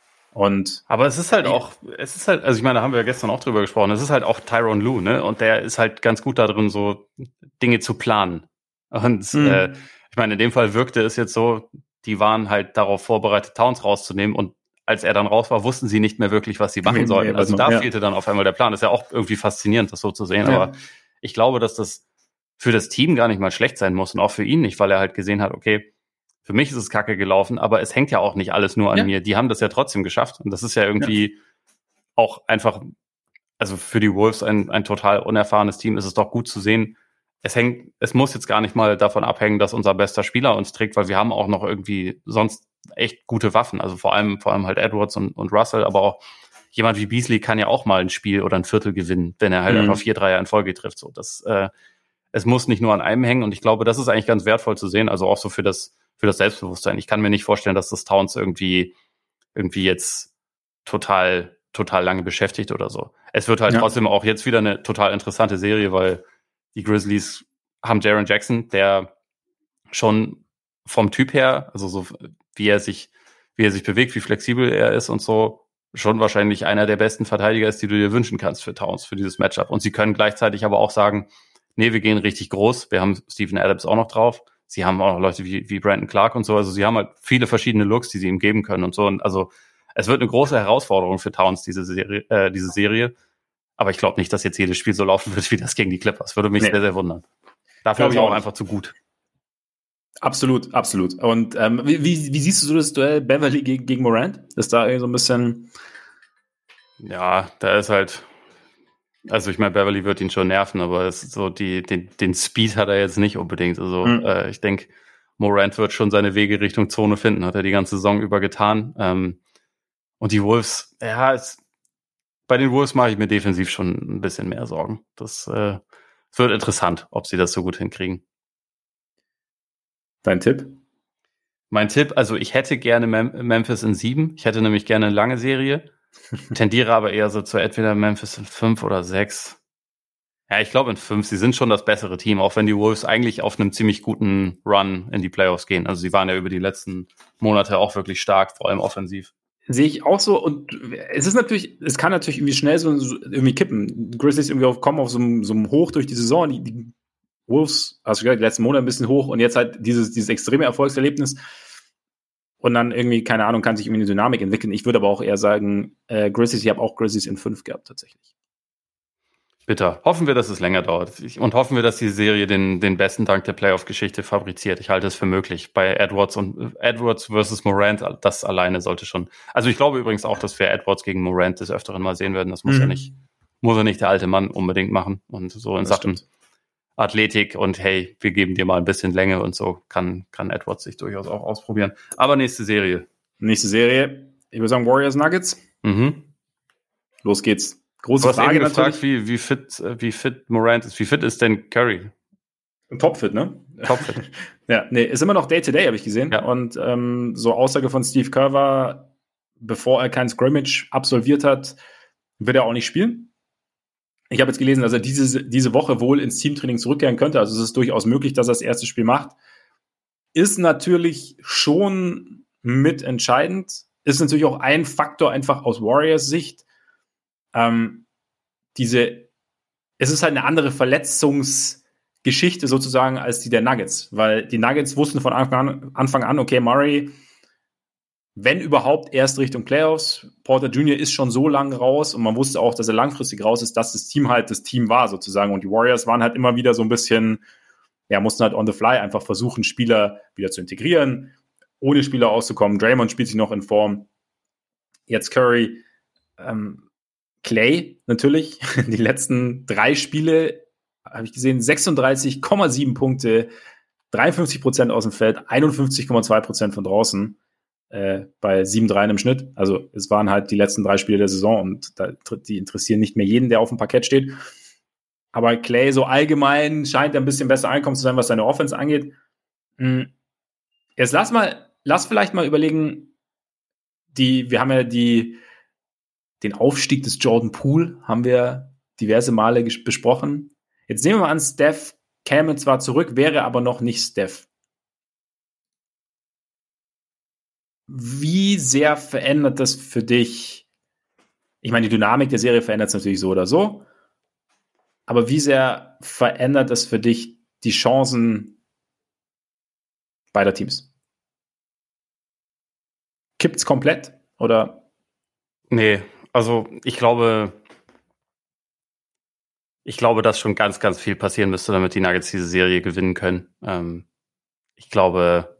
Aber es ist halt, also ich meine, da haben wir ja gestern auch drüber gesprochen, es ist halt auch Tyronn Lue, ne? Und der ist halt ganz gut da drin, so Dinge zu planen. Und ich meine, in dem Fall wirkte es jetzt so, die waren halt darauf vorbereitet, Towns rauszunehmen und als er dann raus war, wussten sie nicht mehr wirklich, was sie machen sollten. Also da fehlte dann auf einmal der Plan. Das ist ja auch irgendwie faszinierend, das so zu sehen. Ja. Aber ich glaube, dass das für das Team gar nicht mal schlecht sein muss und auch für ihn nicht, weil er halt gesehen hat, okay, für mich ist es kacke gelaufen, aber es hängt ja auch nicht alles nur an mir. Die haben das ja trotzdem geschafft. Und das ist ja irgendwie auch einfach, also für die Wolves ein total unerfahrenes Team ist es doch gut zu sehen. Es muss jetzt gar nicht mal davon abhängen, dass unser bester Spieler uns trägt, weil wir haben auch noch irgendwie sonst echt gute Waffen. Also vor allem halt Edwards und Russell, aber auch jemand wie Beasley kann ja auch mal ein Spiel oder ein Viertel gewinnen, wenn er halt einfach 4 Dreier in Folge trifft. So, es muss nicht nur an einem hängen und ich glaube, das ist eigentlich ganz wertvoll zu sehen, also auch so für das Selbstbewusstsein. Ich kann mir nicht vorstellen, dass das Towns irgendwie jetzt total lange beschäftigt oder so. Es wird halt trotzdem auch jetzt wieder eine total interessante Serie, weil die Grizzlies haben Jaren Jackson, der schon vom Typ her, also so wie er sich bewegt, wie flexibel er ist und so, schon wahrscheinlich einer der besten Verteidiger ist, die du dir wünschen kannst für Towns, für dieses Matchup. Und sie können gleichzeitig aber auch sagen, nee, wir gehen richtig groß. Wir haben Steven Adams auch noch drauf. Sie haben auch noch Leute wie Brandon Clark und so. Also sie haben halt viele verschiedene Looks, die sie ihm geben können und so. Und also es wird eine große Herausforderung für Towns, diese Serie. Aber ich glaube nicht, dass jetzt jedes Spiel so laufen wird wie das gegen die Clippers. Würde mich sehr, sehr wundern. Dafür habe ich auch einfach zu gut. Absolut. Und wie siehst du das Duell Beverly gegen Morant? Ist da irgendwie so ein bisschen... Ja, da ist halt... Also ich meine, Beverly wird ihn schon nerven, aber es ist so den Speed hat er jetzt nicht unbedingt. Also ich denke, Morant wird schon seine Wege Richtung Zone finden, hat er die ganze Saison über getan. Und die Wolves, bei den Wolves mache ich mir defensiv schon ein bisschen mehr Sorgen. Das wird interessant, ob sie das so gut hinkriegen. Dein Tipp? Mein Tipp, also ich hätte gerne Memphis in 7. Ich hätte nämlich gerne eine lange Serie. Tendiere aber eher so zu entweder Memphis in 5 oder 6. Ja, ich glaube in 5. Sie sind schon das bessere Team, auch wenn die Wolves eigentlich auf einem ziemlich guten Run in die Playoffs gehen. Also sie waren ja über die letzten Monate auch wirklich stark, vor allem offensiv. Sehe ich auch so. Und es kann natürlich irgendwie schnell so irgendwie kippen. Die Grizzlies irgendwie kommen auf so einem Hoch durch die Saison. Die Wolves, also die letzten Monate ein bisschen hoch und jetzt halt dieses extreme Erfolgserlebnis. Und dann irgendwie, keine Ahnung, kann sich irgendwie eine Dynamik entwickeln. Ich würde aber auch eher sagen, Grizzlies, ich habe auch Grizzlies in 5 gehabt, tatsächlich. Bitter. Hoffen wir, dass es länger dauert. Und hoffen wir, dass die Serie den besten Dank der Playoff-Geschichte fabriziert. Ich halte es für möglich. Bei Edwards versus Morant, das alleine sollte schon. Also ich glaube übrigens auch, dass wir Edwards gegen Morant des Öfteren mal sehen werden. Das muss er nicht der alte Mann unbedingt machen. Und so in Sachen Athletik und hey, wir geben dir mal ein bisschen Länge und so kann Edwards sich durchaus auch ausprobieren. Aber nächste Serie. Ich würde sagen Warriors Nuggets. Los geht's. Große Frage gefragt, wie fit Morant ist. Wie fit ist denn Curry? Topfit, ne? Topfit. Ja, nee, ist immer noch Day-to-Day, habe ich gesehen. Ja. Und so Aussage von Steve Kerr war, bevor er kein Scrimmage absolviert hat, wird er auch nicht spielen. Ich habe jetzt gelesen, dass er diese Woche wohl ins Teamtraining zurückkehren könnte. Also es ist durchaus möglich, dass er das erste Spiel macht. Ist natürlich schon mitentscheidend. Ist natürlich auch ein Faktor einfach aus Warriors Sicht. Es ist halt eine andere Verletzungsgeschichte sozusagen als die der Nuggets, weil die Nuggets wussten von Anfang an, okay, Murray, wenn überhaupt erst Richtung Playoffs, Porter Jr. ist schon so lang raus und man wusste auch, dass er langfristig raus ist, dass das Team halt das Team war sozusagen und die Warriors waren halt immer wieder so ein bisschen, ja, mussten halt on the fly einfach versuchen, Spieler wieder zu integrieren, ohne Spieler auszukommen. Draymond spielt sich noch in Form. Jetzt Curry, Clay natürlich, die letzten 3 Spiele, habe ich gesehen, 36,7 Punkte, 53% aus dem Feld, 51,2% von draußen, bei 7-3 im Schnitt. Also es waren halt die letzten 3 Spiele der Saison und die interessieren nicht mehr jeden, der auf dem Parkett steht. Aber Clay so allgemein scheint ein bisschen besser einkommen zu sein, was seine Offense angeht. Jetzt lass vielleicht mal überlegen, wir haben ja den Aufstieg des Jordan Poole haben wir diverse Male besprochen. Jetzt nehmen wir mal an, Steph käme zwar zurück, wäre aber noch nicht Steph. Wie sehr verändert das für dich? Ich meine, die Dynamik der Serie verändert es natürlich so oder so. Aber wie sehr verändert das für dich die Chancen beider Teams? Kippt's komplett? Oder? Nee, also ich glaube, dass schon ganz, ganz viel passieren müsste, damit die Nuggets diese Serie gewinnen können. Ich glaube,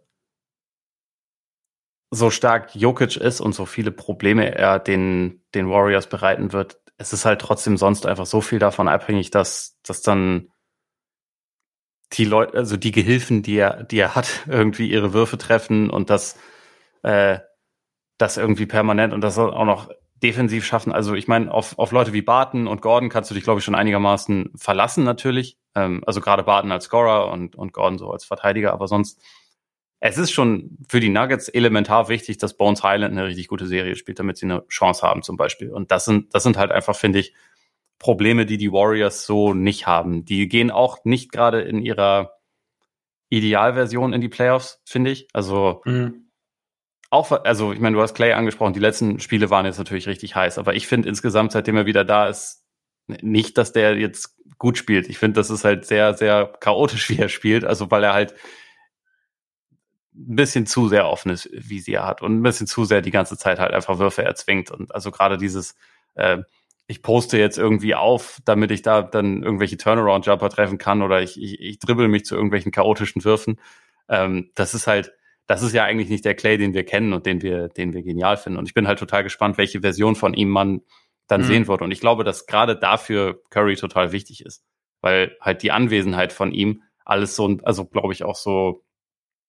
so stark Jokic ist und so viele Probleme er den Warriors bereiten wird, es ist halt trotzdem sonst einfach so viel davon abhängig, dass dann die Leute, also die Gehilfen, die er hat, irgendwie ihre Würfe treffen und das irgendwie permanent und das auch noch defensiv schaffen. Also ich meine, auf Leute wie Barton und Gordon kannst du dich, glaube ich, schon einigermaßen verlassen natürlich. Also gerade Barton als Scorer und Gordon so als Verteidiger, aber sonst es ist schon für die Nuggets elementar wichtig, dass Bones Highland eine richtig gute Serie spielt, damit sie eine Chance haben zum Beispiel. Und das sind halt einfach, finde ich, Probleme, die Warriors so nicht haben. Die gehen auch nicht gerade in ihrer Idealversion in die Playoffs, finde ich. Also also ich meine, du hast Clay angesprochen, die letzten Spiele waren jetzt natürlich richtig heiß, aber ich finde insgesamt, seitdem er wieder da ist, nicht, dass der jetzt gut spielt. Ich finde, das ist halt sehr, sehr chaotisch, wie er spielt, also weil er halt ein bisschen zu sehr offenes Visier hat und ein bisschen zu sehr die ganze Zeit halt einfach Würfe erzwingt. Und also gerade dieses, ich poste jetzt irgendwie auf, damit ich da dann irgendwelche Turnaround-Jumper treffen kann oder ich dribbel mich zu irgendwelchen chaotischen Würfen. Das ist ja eigentlich nicht der Clay, den wir kennen und den wir genial finden. Und ich bin halt total gespannt, welche Version von ihm man dann sehen wird. Und ich glaube, dass gerade dafür Curry total wichtig ist, weil halt die Anwesenheit von ihm alles so, also glaube ich auch so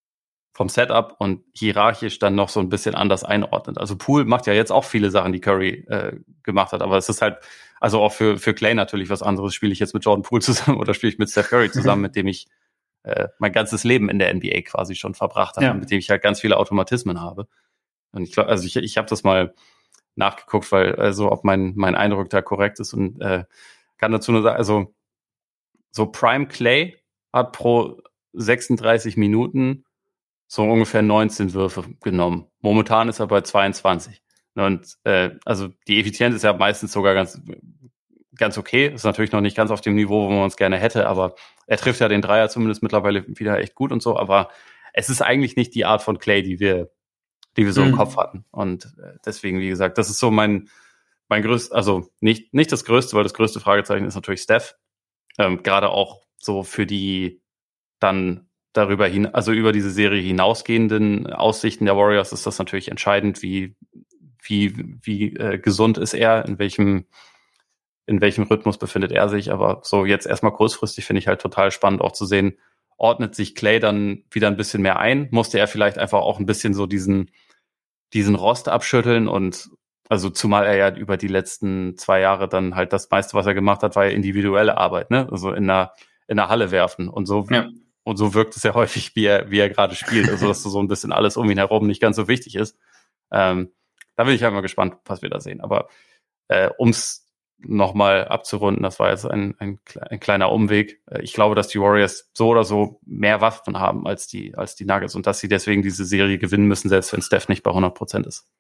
Setup und hierarchisch dann noch so ein bisschen anders einordnet. Also Poole macht ja jetzt auch viele Sachen, die Curry gemacht hat, aber es ist halt, also auch für Clay natürlich was anderes. Spiele ich jetzt mit Jordan Poole zusammen oder spiele ich mit Steph Curry zusammen, mit dem ich mein ganzes Leben in der NBA quasi schon verbracht habe, mit dem ich halt ganz viele Automatismen habe. Und ich glaube, also ich habe das mal nachgeguckt, weil also ob mein Eindruck da korrekt ist und kann dazu nur sagen, also so Prime Clay hat pro 36 Minuten so ungefähr 19 Würfe genommen. Momentan ist er bei 22. Und also die Effizienz ist ja meistens sogar ganz okay. Ist natürlich noch nicht ganz auf dem Niveau, wo man es gerne hätte, aber er trifft ja den Dreier zumindest mittlerweile wieder echt gut und so. Aber es ist eigentlich nicht die Art von Clay, die wir so im Kopf hatten. Und deswegen, wie gesagt, das ist so mein größtes, also nicht das Größte, weil das größte Fragezeichen ist natürlich Steph. Gerade auch so für die dann darüber also über diese Serie hinausgehenden Aussichten der Warriors ist das natürlich entscheidend, wie gesund ist er, in welchem Rhythmus befindet er sich. Aber so jetzt erstmal kurzfristig finde ich halt total spannend auch zu sehen, ordnet sich Clay dann wieder ein bisschen mehr ein? Musste er vielleicht einfach auch ein bisschen so diesen Rost abschütteln und also zumal er ja über die letzten 2 Jahre dann halt das meiste, was er gemacht hat, war ja individuelle Arbeit, ne? Also in der Halle werfen und so. Ja. Und so wirkt es ja häufig, wie er gerade spielt. Also dass so ein bisschen alles um ihn herum nicht ganz so wichtig ist. Da bin ich halt mal gespannt, was wir da sehen. Aber ums nochmal abzurunden, das war jetzt ein kleiner Umweg. Ich glaube, dass die Warriors so oder so mehr Waffen haben als die Nuggets und dass sie deswegen diese Serie gewinnen müssen, selbst wenn Steph nicht bei 100% ist.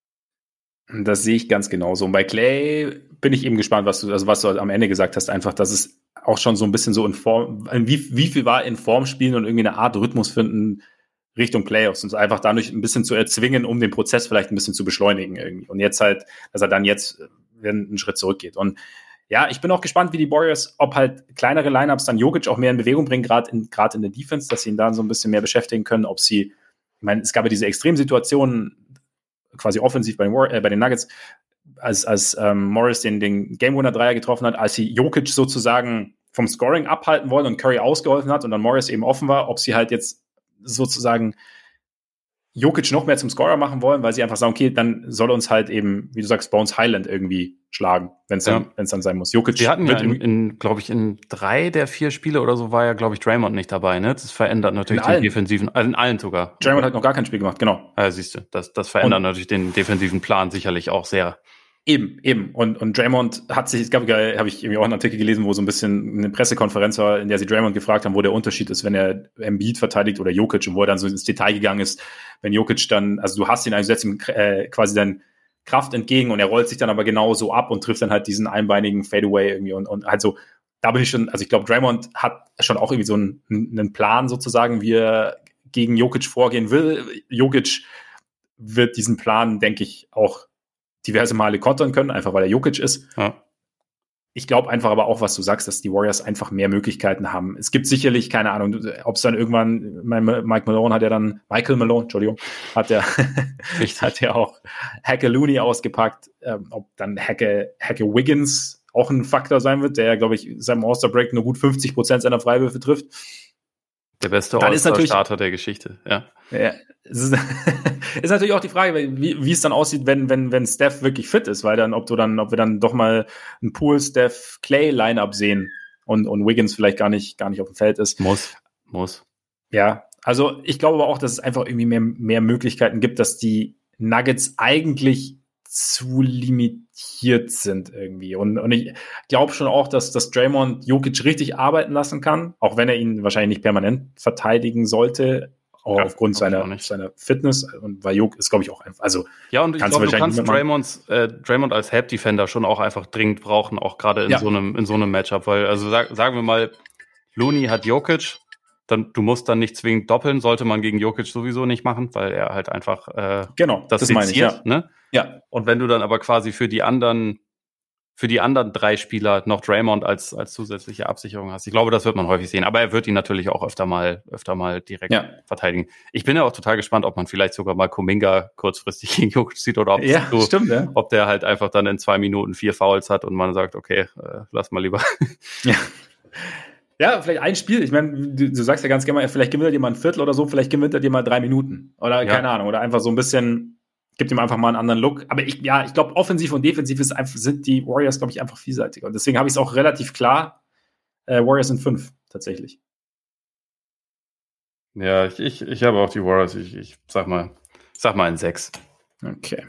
Das sehe ich ganz genauso. Und bei Clay bin ich eben gespannt, was du am Ende gesagt hast, einfach, dass es auch schon so ein bisschen so in Form, wie viel war in Form spielen und irgendwie eine Art Rhythmus finden Richtung Playoffs und so einfach dadurch ein bisschen zu erzwingen, um den Prozess vielleicht ein bisschen zu beschleunigen irgendwie. Und jetzt halt, dass er dann jetzt einen Schritt zurückgeht. Und ja, ich bin auch gespannt, wie die Warriors, ob halt kleinere Lineups dann Jokic auch mehr in Bewegung bringen, gerade in der Defense, dass sie ihn da so ein bisschen mehr beschäftigen können, ob sie, ich meine, es gab ja diese Extremsituationen, quasi offensiv bei den Nuggets, als Morris den Game-Winner-Dreier getroffen hat, als sie Jokic sozusagen vom Scoring abhalten wollen und Curry ausgeholfen hat und dann Morris eben offen war, ob sie halt jetzt sozusagen Jokic noch mehr zum Scorer machen wollen, weil sie einfach sagen, okay, dann soll uns halt eben, wie du sagst, Bones Highland irgendwie schlagen, wenn es dann sein muss. Jokic wir hatten ja glaube ich, in 3 der 4 Spiele oder so war ja, glaube ich, Draymond nicht dabei, ne? Das verändert natürlich den defensiven, also in allen sogar. Draymond hat noch gar kein Spiel gemacht, genau. Siehst du, das verändert natürlich den defensiven Plan sicherlich auch sehr. Eben. Und Draymond hat sich, habe ich irgendwie auch einen Artikel gelesen, wo so ein bisschen eine Pressekonferenz war, in der sie Draymond gefragt haben, wo der Unterschied ist, wenn er Embiid verteidigt oder Jokic und wo er dann so ins Detail gegangen ist, wenn Jokic dann, also du hast ihn, also setzt ihm quasi dann Kraft entgegen und er rollt sich dann aber genau so ab und trifft dann halt diesen einbeinigen Fadeaway irgendwie und halt so, da bin ich schon, also ich glaube, Draymond hat schon auch irgendwie so einen Plan sozusagen, wie er gegen Jokic vorgehen will. Jokic wird diesen Plan, denke ich, auch diverse Male kontern können, einfach weil er Jokic ist. Ja. Ich glaube einfach aber auch, was du sagst, dass die Warriors einfach mehr Möglichkeiten haben. Es gibt sicherlich, keine Ahnung, ob es dann irgendwann, Michael Malone, hat ja auch Hacke Looney ausgepackt, ob dann Hacke Wiggins auch ein Faktor sein wird, der, glaube ich, seinem All-Star-Break nur gut 50% seiner Freiwürfe trifft. Der beste All-Star-Starter der Geschichte, ja. Ist natürlich auch die Frage, wie es dann aussieht, wenn Steph wirklich fit ist, weil dann, ob wir dann doch mal ein Poole-Steph-Clay-Line-Up sehen und Wiggins vielleicht gar nicht auf dem Feld ist. Muss. Ja, also ich glaube aber auch, dass es einfach irgendwie mehr Möglichkeiten gibt, dass die Nuggets eigentlich zu limitiert sind irgendwie. Und ich glaube schon auch, dass Draymond Jokic richtig arbeiten lassen kann, auch wenn er ihn wahrscheinlich nicht permanent verteidigen sollte, auch aufgrund seiner Fitness. Und weil Jokic ist, glaube ich, auch einfach. Also, ja, und ich glaube, du kannst Draymond als Help-Defender schon auch einfach dringend brauchen, auch gerade in so einem Matchup. Weil, also sagen wir mal, Looney hat Jokic, du musst dann nicht zwingend doppeln, sollte man gegen Jokic sowieso nicht machen, weil er halt einfach das meine ich, ja. Ne? Ja. Und wenn du dann aber quasi für die anderen 3 Spieler noch Draymond als zusätzliche Absicherung hast, ich glaube, das wird man häufig sehen. Aber er wird ihn natürlich auch öfter mal direkt verteidigen. Ich bin ja auch total gespannt, ob man vielleicht sogar mal Kuminga kurzfristig gegen Jokic sieht oder ob der halt einfach dann in 2 Minuten 4 Fouls hat und man sagt, okay, lass mal lieber. Ja, vielleicht ein Spiel. Ich meine, du sagst ja ganz gerne mal, vielleicht gewinnt er dir mal ein Viertel oder so, vielleicht gewinnt er dir mal 3 Minuten. Oder keine Ahnung. Oder einfach so ein bisschen, gibt ihm einfach mal einen anderen Look. Aber ich glaube, offensiv und defensiv sind die Warriors, glaube ich, einfach vielseitiger. Und deswegen habe ich es auch relativ klar. Warriors sind 5, tatsächlich. Ja, ich habe auch die Warriors. Ich sag mal in 6. Okay.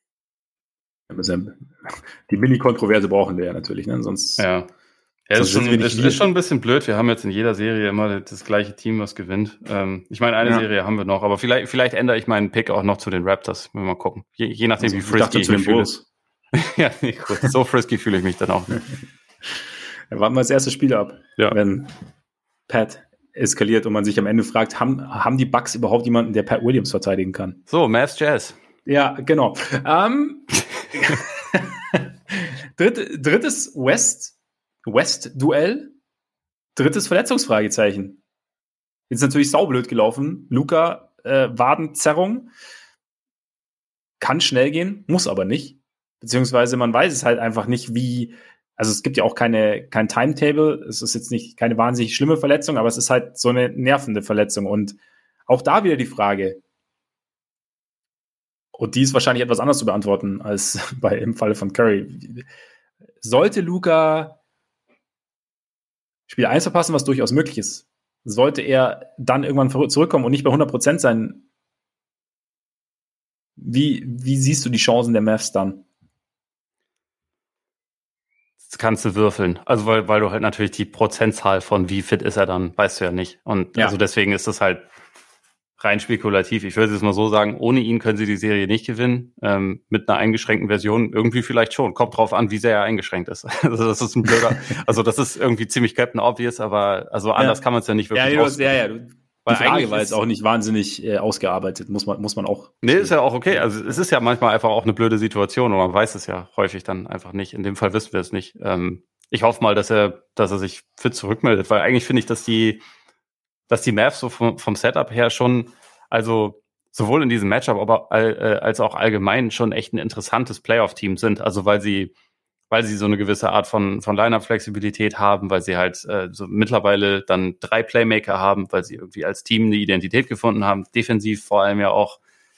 Die Mini-Kontroverse brauchen wir ja natürlich, ne? Sonst. Ja. Es ist schon ein bisschen blöd. Wir haben jetzt in jeder Serie immer das gleiche Team, was gewinnt. Ich meine, eine Serie haben wir noch, aber vielleicht ändere ich meinen Pick auch noch zu den Raptors. Mal gucken. Je nachdem, wie frisky ich mich fühle. Ja, nee, gut. So frisky fühle ich mich dann auch nicht. Dann warten wir das erste Spiel ab. Ja. Wenn Pat eskaliert und man sich am Ende fragt, haben die Bucks überhaupt jemanden, der Pat Williams verteidigen kann? So, Mavs Jazz. Ja, genau. Drittes West-Duell. Drittes Verletzungsfragezeichen. Jetzt natürlich saublöd gelaufen. Luka, Wadenzerrung. Kann schnell gehen, muss aber nicht. Beziehungsweise man weiß es halt einfach nicht, wie. Also es gibt ja auch kein Timetable. Es ist jetzt nicht keine wahnsinnig schlimme Verletzung, aber es ist halt so eine nervende Verletzung. Und auch da wieder die Frage. Und die ist wahrscheinlich etwas anders zu beantworten als im Falle von Curry. Sollte Luka Spiel 1 verpassen, was durchaus möglich ist, sollte er dann irgendwann zurückkommen und nicht bei 100% sein, wie siehst du die Chancen der Mavs dann? Das kannst du würfeln. Also weil du halt natürlich die Prozentzahl von wie fit ist er dann, weißt du ja nicht. Und also deswegen ist das halt rein spekulativ. Ich würde es mal so sagen, ohne ihn können sie die Serie nicht gewinnen. Mit einer eingeschränkten Version irgendwie vielleicht schon. Kommt drauf an, wie sehr er eingeschränkt ist. Also das ist ein blöder, also das ist irgendwie ziemlich Captain Obvious, aber also anders kann man es ja nicht wirklich Die Frage war jetzt auch nicht wahnsinnig ausgearbeitet, muss man auch. Nee, ist ja auch okay. Also es ist ja manchmal einfach auch eine blöde Situation und man weiß es ja häufig dann einfach nicht. In dem Fall wissen wir es nicht. Ich hoffe mal, dass er sich fit zurückmeldet, weil eigentlich finde ich, dass die Mavs so vom Setup her schon, also sowohl in diesem Matchup, aber als auch allgemein schon echt ein interessantes Playoff-Team sind. Also weil sie so eine gewisse Art von Line-Up-Flexibilität haben, weil sie halt so mittlerweile dann 3 Playmaker haben, weil sie irgendwie als Team eine Identität gefunden haben, defensiv vor allem ja auch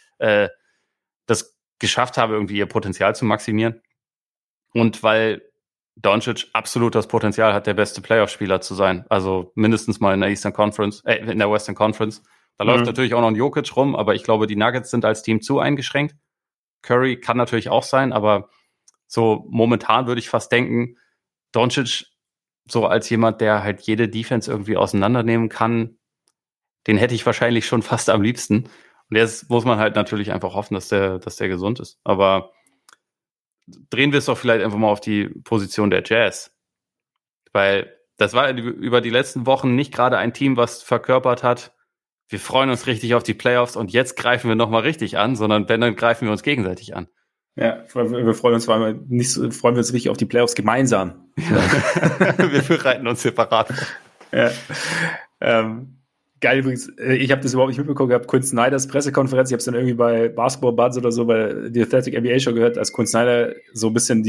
das geschafft haben, irgendwie ihr Potenzial zu maximieren. Und weil Doncic absolut das Potenzial hat, der beste Playoff-Spieler zu sein. Also mindestens mal in der Western Conference. Da läuft natürlich auch noch ein Jokic rum, aber ich glaube, die Nuggets sind als Team zu eingeschränkt. Curry kann natürlich auch sein, aber so momentan würde ich fast denken, Doncic so als jemand, der halt jede Defense irgendwie auseinandernehmen kann, den hätte ich wahrscheinlich schon fast am liebsten. Und jetzt muss man halt natürlich einfach hoffen, dass der gesund ist. Aber drehen wir es doch vielleicht einfach mal auf die Position der Jazz. Weil das war über die letzten Wochen nicht gerade ein Team, was verkörpert hat, wir freuen uns richtig auf die Playoffs und jetzt greifen wir nochmal richtig an, sondern wenn, dann greifen wir uns gegenseitig an. Ja, wir freuen uns freuen wir uns richtig auf die Playoffs gemeinsam. Wir bereiten uns separat vor. Ja. Geil übrigens, ich habe das überhaupt nicht mitbekommen gehabt, Quinn Snyders Pressekonferenz, ich habe es dann irgendwie bei Basketball Buds oder so bei The Athletic NBA Show gehört, als Quinn Snyder so ein bisschen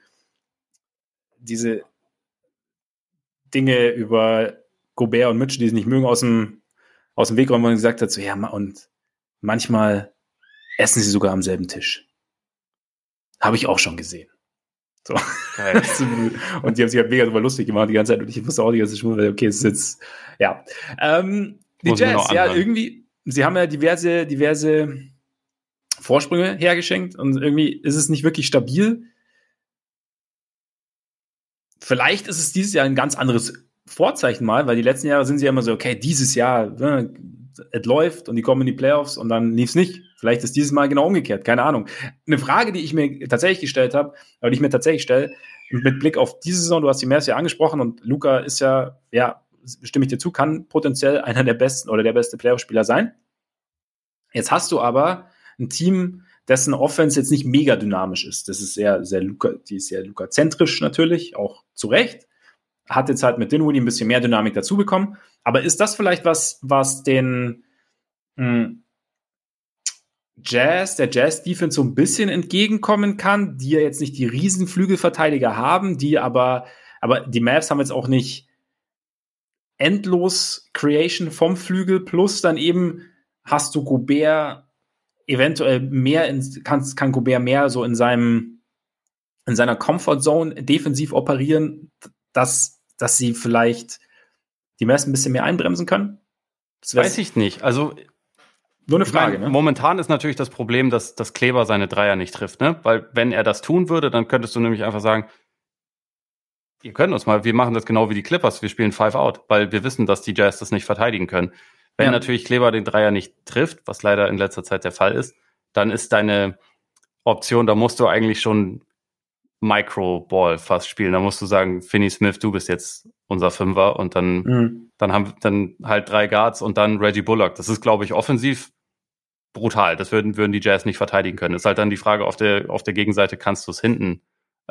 diese Dinge über Gobert und Mitchell, die sie nicht mögen, aus dem Weg räumen und gesagt hat, so ja, und manchmal essen sie sogar am selben Tisch. Habe ich auch schon gesehen. So. Geil. Und die haben sich halt mega drüber lustig gemacht die ganze Zeit und ich wusste auch die ganze Zeit, okay, es ist jetzt, ja. Die Jazz, ja, irgendwie, sie haben ja diverse Vorsprünge hergeschenkt und irgendwie ist es nicht wirklich stabil. Vielleicht ist es dieses Jahr ein ganz anderes Vorzeichen mal, weil die letzten Jahre sind sie ja immer so, okay, dieses Jahr, es läuft und die kommen in die Playoffs und dann lief es nicht. Vielleicht ist dieses Mal genau umgekehrt, keine Ahnung. Eine Frage, die ich mir tatsächlich gestellt habe, oder die ich mir tatsächlich stelle, mit Blick auf diese Saison, du hast die Mavs ja angesprochen und Luka ist ja, stimme ich dir zu, kann potenziell einer der besten oder der beste Playoff-Spieler sein. Jetzt hast du aber ein Team, dessen Offense jetzt nicht mega dynamisch ist. Das ist die ist sehr Luka-zentrisch natürlich, auch zu Recht. Hat jetzt halt mit Dinwiddie ein bisschen mehr Dynamik dazu bekommen. Aber ist das vielleicht was den der Jazz-Defense so ein bisschen entgegenkommen kann, die ja jetzt nicht die riesen Flügelverteidiger haben, die aber die Mavs haben jetzt auch nicht endlos Creation vom Flügel, plus dann eben hast du Gobert eventuell mehr, kann Gobert mehr so in seiner Comfortzone defensiv operieren, dass sie vielleicht die Mavs ein bisschen mehr einbremsen können? Das weiß ich nicht. Also nur eine Frage, ne? Momentan ist natürlich das Problem, dass Kleber seine Dreier nicht trifft, ne? Weil wenn er das tun würde, dann könntest du nämlich einfach sagen, wir machen das genau wie die Clippers, wir spielen 5 out, weil wir wissen, dass die Jazz das nicht verteidigen können. Wenn natürlich Kleber den Dreier nicht trifft, was leider in letzter Zeit der Fall ist, dann ist deine Option, da musst du eigentlich schon Micro-Ball fast spielen. Da musst du sagen, Finney Smith, du bist jetzt unser Fünfer und dann haben halt 3 Guards und dann Reggie Bullock. Das ist, glaube ich, offensiv brutal. Das würden die Jazz nicht verteidigen können. Das ist halt dann die Frage, auf der Gegenseite kannst du hinten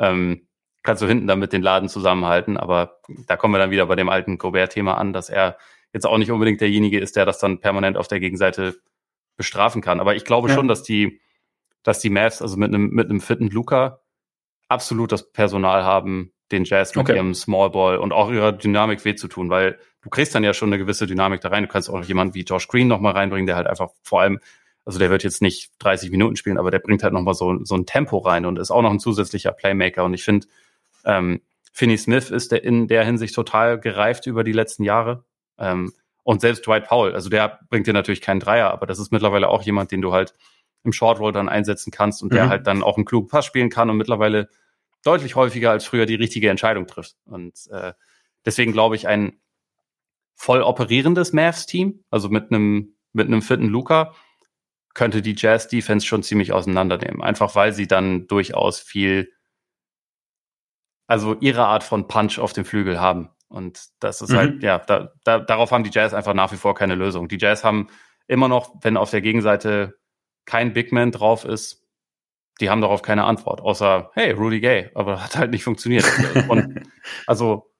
damit den Laden zusammenhalten. Aber da kommen wir dann wieder bei dem alten Gobert-Thema an, dass er jetzt auch nicht unbedingt derjenige ist, der das dann permanent auf der Gegenseite bestrafen kann. Aber ich glaube schon, dass die Mavs, also mit einem fitten Luka, absolut das Personal haben, den Jazz mit ihrem Small Ball und auch ihrer Dynamik weh zu tun, weil du kriegst dann ja schon eine gewisse Dynamik da rein. Du kannst auch jemanden wie Josh Green noch mal reinbringen, der halt einfach vor allem, also der wird jetzt nicht 30 Minuten spielen, aber der bringt halt noch mal so ein Tempo rein und ist auch noch ein zusätzlicher Playmaker. Und ich finde, Finney Smith ist in der Hinsicht total gereift über die letzten Jahre. Und selbst Dwight Powell, also der bringt dir natürlich keinen Dreier, aber das ist mittlerweile auch jemand, den du halt im Short Roll dann einsetzen kannst und der halt dann auch einen klugen Pass spielen kann und mittlerweile deutlich häufiger als früher die richtige Entscheidung trifft. Und deswegen glaube ich, ein voll operierendes Mavs-Team, also mit einem fitten Luka, könnte die Jazz-Defense schon ziemlich auseinandernehmen. Einfach weil sie dann durchaus viel, also ihre Art von Punch auf dem Flügel haben. Und das ist halt, darauf haben die Jazz einfach nach wie vor keine Lösung. Die Jazz haben immer noch, wenn auf der Gegenseite kein Big Man drauf ist, die haben darauf keine Antwort, außer, hey, Rudy Gay, aber hat halt nicht funktioniert. Und also,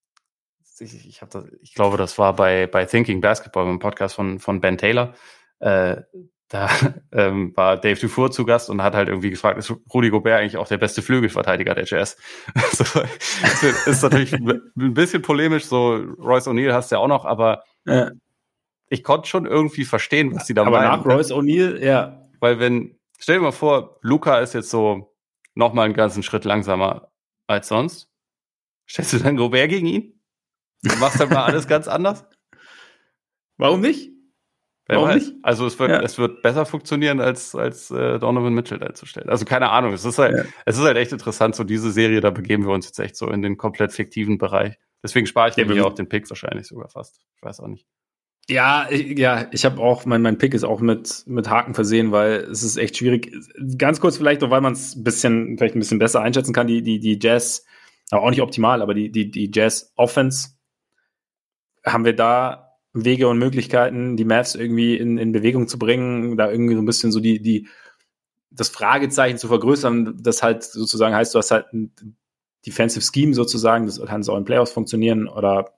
ich glaube, das war bei Thinking Basketball, im Podcast von Ben Taylor, da war Dave Dufour zu Gast und hat halt irgendwie gefragt, ist Rudy Gobert eigentlich auch der beste Flügelverteidiger der Jazz? Also, ist natürlich ein bisschen polemisch, so Royce O'Neal hast du ja auch noch, aber ich konnte schon irgendwie verstehen, was die da meinen. Aber nach Royce O'Neal, weil stell dir mal vor, Luka ist jetzt so nochmal einen ganzen Schritt langsamer als sonst. Stellst du dann Gobert gegen ihn? Du machst dann mal alles ganz anders? Warum nicht? Warum nicht? Also es wird besser funktionieren, als Donovan Mitchell einzustellen. Also keine Ahnung, es ist halt echt interessant, so diese Serie, da begeben wir uns jetzt echt so in den komplett fiktiven Bereich. Deswegen spare ich mir auch den Pick wahrscheinlich sogar fast. Ich weiß auch nicht. Ja, ich habe auch, mein Pick ist auch mit Haken versehen, weil es ist echt schwierig. Ganz kurz vielleicht noch, weil man es vielleicht ein bisschen besser einschätzen kann, die Jazz, aber auch nicht optimal, aber die Jazz Offense, haben wir da Wege und Möglichkeiten, die Mavs irgendwie in Bewegung zu bringen, da irgendwie so ein bisschen so das Fragezeichen zu vergrößern, das halt sozusagen heißt, du hast halt ein Defensive Scheme sozusagen, das kann so in Playoffs funktionieren, oder?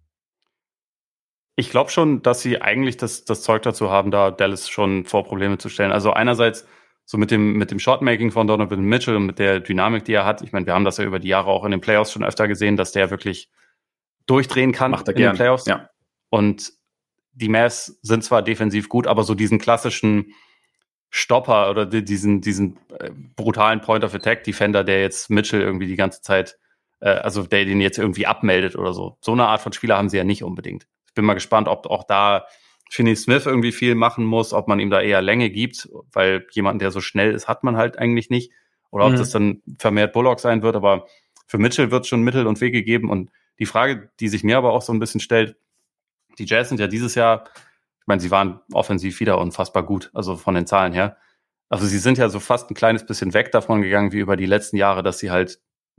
Ich glaube schon, dass sie eigentlich das Zeug dazu haben, da Dallas schon vor Probleme zu stellen. Also einerseits so mit dem Shotmaking von Donovan Mitchell und mit der Dynamik, die er hat. Ich meine, wir haben das ja über die Jahre auch in den Playoffs schon öfter gesehen, dass der wirklich durchdrehen kann in den Playoffs. Ja. Und die Mavs sind zwar defensiv gut, aber so diesen klassischen Stopper oder diesen brutalen Point-of-Attack-Defender, der jetzt Mitchell irgendwie die ganze Zeit, also der den jetzt irgendwie abmeldet oder so. So eine Art von Spieler haben sie ja nicht unbedingt. Ich bin mal gespannt, ob auch da Finney Smith irgendwie viel machen muss, ob man ihm da eher Länge gibt, weil jemand, der so schnell ist, hat man halt eigentlich nicht. Oder ob das dann vermehrt Bullock sein wird. Aber für Mitchell wird es schon Mittel und Wege geben. Und die Frage, die sich mir aber auch so ein bisschen stellt, die Jazz sind ja dieses Jahr, ich meine, sie waren offensiv wieder unfassbar gut, also von den Zahlen her. Also sie sind ja so fast ein kleines bisschen weg davon gegangen, wie über die letzten Jahre, dass sie halt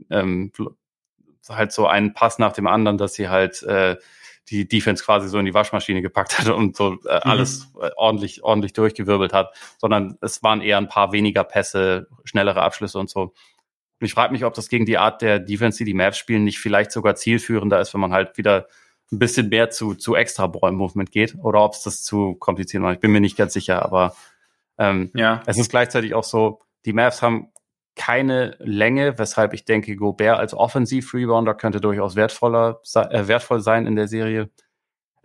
so einen Pass nach dem anderen, dass sie halt die Defense quasi so in die Waschmaschine gepackt hat und so alles ordentlich durchgewirbelt hat, sondern es waren eher ein paar weniger Pässe, schnellere Abschlüsse und so. Und ich frage mich, ob das gegen die Art der Defense, die Mavs spielen, nicht vielleicht sogar zielführender ist, wenn man halt wieder ein bisschen mehr zu extra Ball-Movement geht oder ob es das zu kompliziert macht. Ich bin mir nicht ganz sicher, aber es ist gleichzeitig auch so, die Mavs haben keine Länge, weshalb ich denke, Gobert als Offensiv-Rebounder könnte durchaus wertvoll sein in der Serie.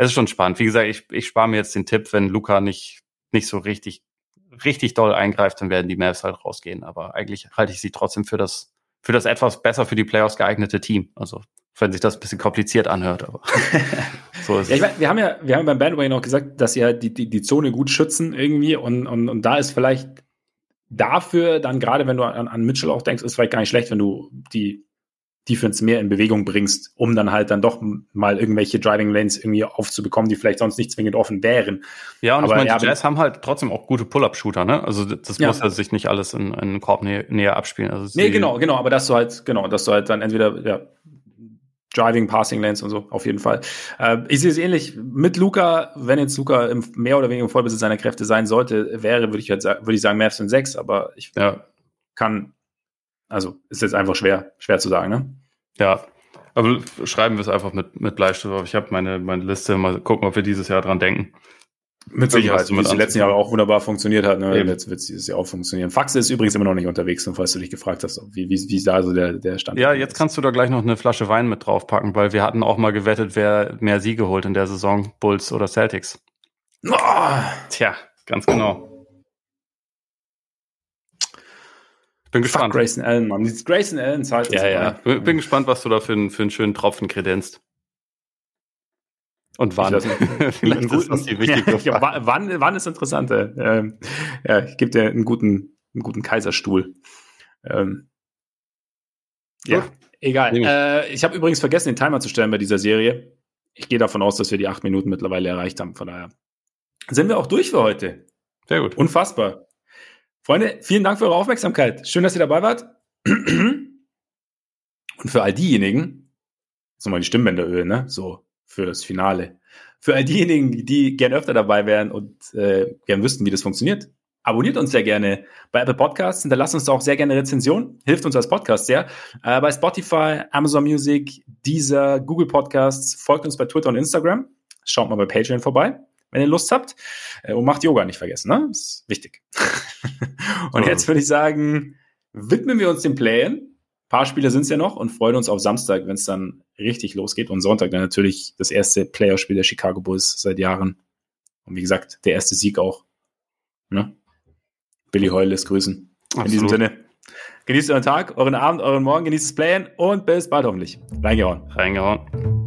es ist schon spannend. Wie gesagt, ich spare mir jetzt den Tipp, wenn Luka nicht so richtig doll eingreift, dann werden die Mavs halt rausgehen. Aber eigentlich halte ich sie trotzdem für das etwas besser für die Playoffs geeignete Team. Also, wenn sich das ein bisschen kompliziert anhört, aber so ist es. Ich meine, wir haben beim Bandwagon auch gesagt, dass sie halt die Zone gut schützen irgendwie und da ist vielleicht dafür dann, gerade wenn du an Mitchell auch denkst, ist vielleicht gar nicht schlecht, wenn du die Defense mehr in Bewegung bringst, um dann halt dann doch mal irgendwelche Driving Lanes irgendwie aufzubekommen, die vielleicht sonst nicht zwingend offen wären. Ja, und aber ich meine, die Jazz haben halt trotzdem auch gute Pull-Up-Shooter, ne? Also das muss ja sich nicht alles in Korb näher abspielen. Also genau, aber dass du halt dann entweder Driving, Passing Lanes und so, auf jeden Fall. Ich sehe es ähnlich mit Luka. Wenn jetzt Luka mehr oder weniger im Vollbesitz seiner Kräfte sein sollte, würde ich sagen, Mavs sind 6, aber ich kann, also ist jetzt einfach schwer zu sagen, ne? Ja, aber schreiben wir es einfach mit Bleistift auf. Ich habe meine Liste, mal gucken, ob wir dieses Jahr dran denken. Mit Sicherheit, wie es die letzten Jahre auch wunderbar funktioniert hat. Ne? Jetzt wird es dieses Jahr auch funktionieren. Faxe ist übrigens immer noch nicht unterwegs, und falls du dich gefragt hast, wie da so der Stand ist. Ja, jetzt kannst du da gleich noch eine Flasche Wein mit draufpacken, weil wir hatten auch mal gewettet, wer mehr Siege holt in der Saison, Bulls oder Celtics. Oh. Tja, ganz genau. Bin gespannt. Grayson Allen, Mann. Dieses Grayson Allen zahlt das. Ja. Bin gespannt, was du da für einen schönen Tropfen kredenzt. Und wann? Vielleicht ist das die wichtige Frage. Wann ist interessant? Ich gebe dir einen guten Kaiserstuhl. Ja, egal. Ich habe übrigens vergessen, den Timer zu stellen bei dieser Serie. Ich gehe davon aus, dass wir die 8 Minuten mittlerweile erreicht haben. Von daher sind wir auch durch für heute. Sehr gut. Unfassbar. Freunde, vielen Dank für eure Aufmerksamkeit. Schön, dass ihr dabei wart. Und für all diejenigen, so mal die Stimmbänder ölen, ne? So für das Finale. Für all diejenigen, die gerne öfter dabei wären und gerne wüssten, wie das funktioniert, abonniert uns sehr gerne bei Apple Podcasts, hinterlasst uns auch sehr gerne Rezensionen, hilft uns als Podcast sehr. Bei Spotify, Amazon Music, Deezer, Google Podcasts, folgt uns bei Twitter und Instagram, schaut mal bei Patreon vorbei, wenn ihr Lust habt. Und macht Yoga nicht vergessen, ne? Das ist wichtig. Und jetzt würde ich sagen, widmen wir uns dem Play-In. Ein paar Spiele sind es ja noch und freuen uns auf Samstag, wenn es dann richtig losgeht. Und Sonntag dann natürlich das erste Playoff-Spiel der Chicago Bulls seit Jahren. Und wie gesagt, der erste Sieg auch. Ne? Billy Hoyle lässt grüßen. Absolut. In diesem Sinne, genießt euren Tag, euren Abend, euren Morgen, genießt das Play-In und bis bald hoffentlich. Reingehauen.